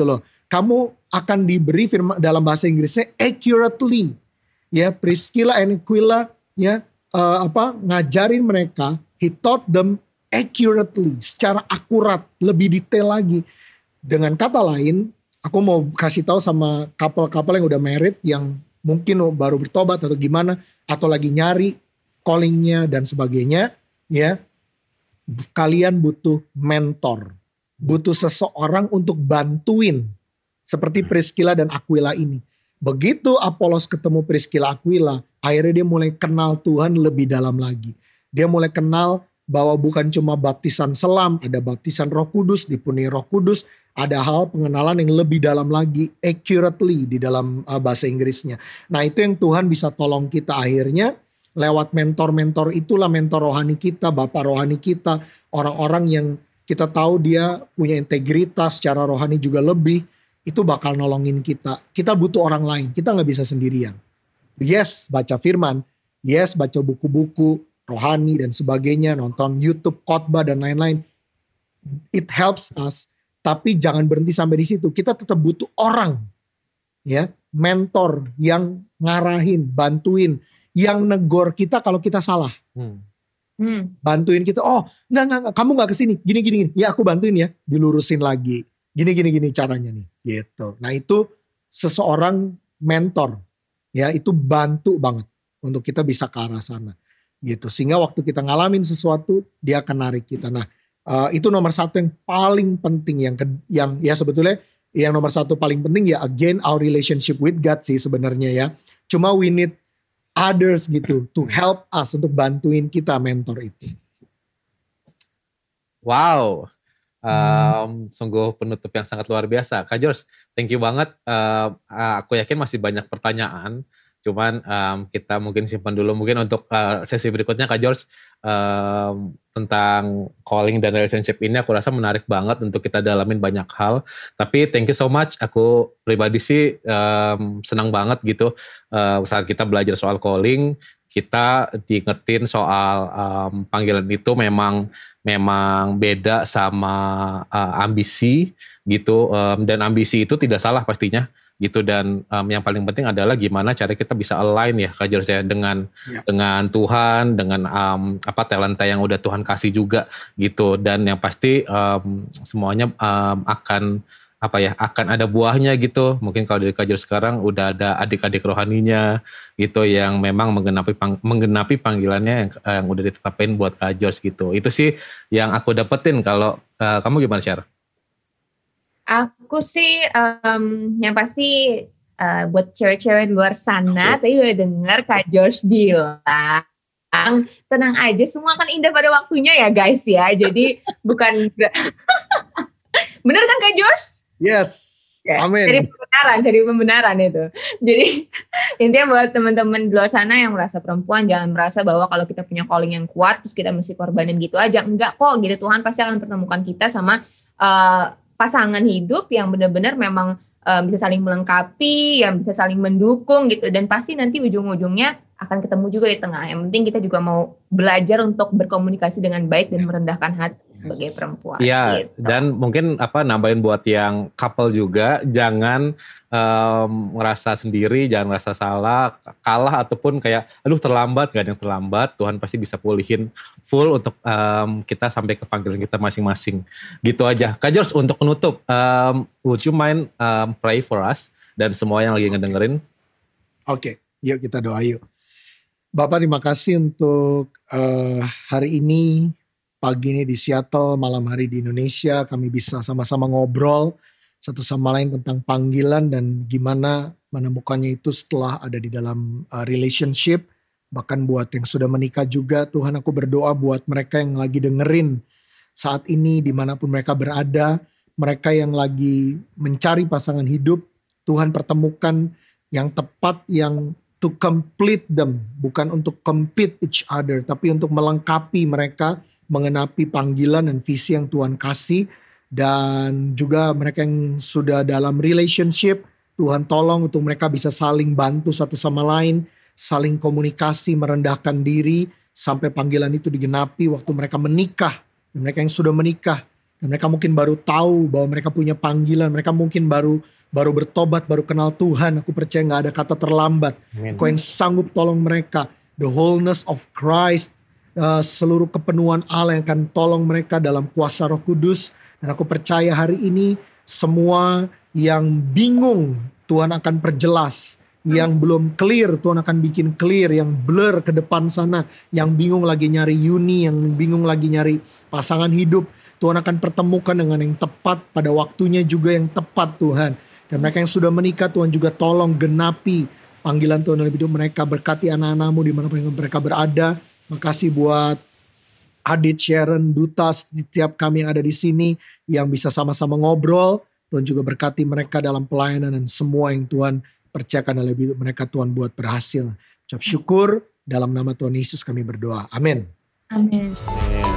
kamu akan diberi firman dalam bahasa Inggrisnya accurately. Ya, Priscilla and Aquila ya ngajarin mereka, he taught them accurately, secara akurat, lebih detail lagi. Dengan kata lain, aku mau kasih tahu sama couple-couple yang udah married, yang mungkin baru bertobat atau gimana, atau lagi nyari callingnya dan sebagainya, ya, kalian butuh mentor, butuh seseorang untuk bantuin, seperti Priscilla dan Aquila ini. Begitu Apolos ketemu Priscilla Aquila, akhirnya dia mulai kenal Tuhan lebih dalam lagi. Dia mulai kenal bahwa bukan cuma baptisan selam, ada baptisan Roh Kudus, dipenuhi Roh Kudus, ada hal pengenalan yang lebih dalam lagi, accurately di dalam bahasa Inggrisnya. Nah, itu yang Tuhan bisa tolong kita akhirnya lewat mentor-mentor itulah, mentor rohani kita, bapak rohani kita, orang-orang yang kita tahu dia punya integritas secara rohani juga lebih, itu bakal nolongin kita. Kita butuh orang lain, kita gak bisa sendirian. Yes, baca firman, yes, baca buku-buku rohani dan sebagainya, nonton YouTube, khotbah dan lain-lain. It helps us, tapi jangan berhenti sampai di situ. Kita tetap butuh orang, ya, mentor yang ngarahin, bantuin, yang negor kita kalau kita salah. Bantuin kita, oh enggak, kamu gak kesini, gini. Ya aku bantuin ya, dilurusin lagi. Gini caranya nih, gitu. Nah itu seseorang mentor, ya itu bantu banget untuk kita bisa ke arah sana, gitu. Sehingga waktu kita ngalamin sesuatu, dia akan narik kita. Nah itu nomor satu yang paling penting, yang ya sebetulnya yang nomor satu paling penting ya again our relationship with God sih sebenarnya ya. Cuma we need others gitu to help us, untuk bantuin kita mentor itu. Wow. Sungguh penutup yang sangat luar biasa. Kak George, thank you banget. Aku yakin masih banyak pertanyaan, cuman kita mungkin simpan dulu mungkin untuk sesi berikutnya. Kak George, tentang calling dan relationship ini aku rasa menarik banget untuk kita dalamin banyak hal. Tapi thank you so much. Aku pribadi sih senang banget gitu saat kita belajar soal calling, kita diingetin soal panggilan itu memang beda sama ambisi gitu, dan ambisi itu tidak salah pastinya gitu, dan yang paling penting adalah gimana cara kita bisa align ya Kak George ya dengan Tuhan, dengan talenta yang udah Tuhan kasih juga gitu, dan yang pasti semuanya akan ada buahnya gitu. Mungkin kalau dari Kak George sekarang udah ada adik-adik rohaninya gitu yang memang menggenapi panggilannya yang udah ditetapin buat Kak George gitu. Itu sih yang aku dapetin. Kalau kamu gimana, Syar? Aku sih yang pasti buat cewek-cewek di luar sana, tadi udah dengar Kak George bilang tenang aja, semua akan indah pada waktunya ya guys ya. Jadi bukan bener kan Kak George? Yes, amin. Cari pembenaran itu. Jadi intinya buat teman-teman di luar sana yang merasa perempuan, jangan merasa bahwa kalau kita punya calling yang kuat terus kita mesti korbanin gitu aja. Enggak kok gitu, Tuhan pasti akan pertemukan kita sama pasangan hidup yang benar-benar memang bisa saling melengkapi, yang bisa saling mendukung gitu, dan pasti nanti ujung-ujungnya akan ketemu juga di tengah. Yang penting kita juga mau belajar untuk berkomunikasi dengan baik dan merendahkan hati sebagai perempuan. Iya, gitu. Dan mungkin nambahin buat yang couple juga, jangan ngerasa sendiri, jangan ngerasa salah, kalah ataupun kayak aduh terlambat. Gak ada yang terlambat, Tuhan pasti bisa pulihin full untuk kita sampai ke panggilan kita masing-masing. Gitu aja. Kak George, untuk penutup, would you mind pray for us dan semua yang lagi ngedengerin? Oke, yuk kita doa yuk. Bapak, terima kasih untuk hari ini, pagi ini di Seattle, malam hari di Indonesia, kami bisa sama-sama ngobrol satu sama lain tentang panggilan dan gimana menemukannya itu setelah ada di dalam relationship. Bahkan buat yang sudah menikah juga, Tuhan aku berdoa buat mereka yang lagi dengerin saat ini dimanapun mereka berada, mereka yang lagi mencari pasangan hidup, Tuhan pertemukan yang tepat, yang to complete them, bukan untuk compete each other, tapi untuk melengkapi mereka, mengenapi panggilan dan visi yang Tuhan kasih. Dan juga mereka yang sudah dalam relationship, Tuhan tolong untuk mereka bisa saling bantu satu sama lain, saling komunikasi, merendahkan diri, sampai panggilan itu digenapi waktu mereka menikah. Dan mereka yang sudah menikah, dan mereka mungkin baru tahu bahwa mereka punya panggilan, mereka mungkin baru baru bertobat, baru kenal Tuhan. Aku percaya gak ada kata terlambat. Engkau yang sanggup tolong mereka. The wholeness of Christ, seluruh kepenuhan Allah yang akan tolong mereka dalam kuasa Roh Kudus. Dan aku percaya hari ini semua yang bingung Tuhan akan perjelas. Yang belum clear Tuhan akan bikin clear. Yang blur ke depan sana. Yang bingung lagi nyari uni. Yang bingung lagi nyari pasangan hidup. Tuhan akan pertemukan dengan yang tepat. Pada waktunya juga yang tepat Tuhan. Dan mereka yang sudah menikah Tuhan juga tolong genapi panggilan Tuhan dalam hidup mereka. Berkati anak-anakmu dimanapun mereka berada. Makasih buat Adit, Sharon, Duta, setiap kami yang ada di sini. Yang bisa sama-sama ngobrol. Tuhan juga berkati mereka dalam pelayanan. Dan semua yang Tuhan percayakan dalam hidup mereka Tuhan buat berhasil. Ucap syukur dalam nama Tuhan Yesus kami berdoa. Amin. Amin.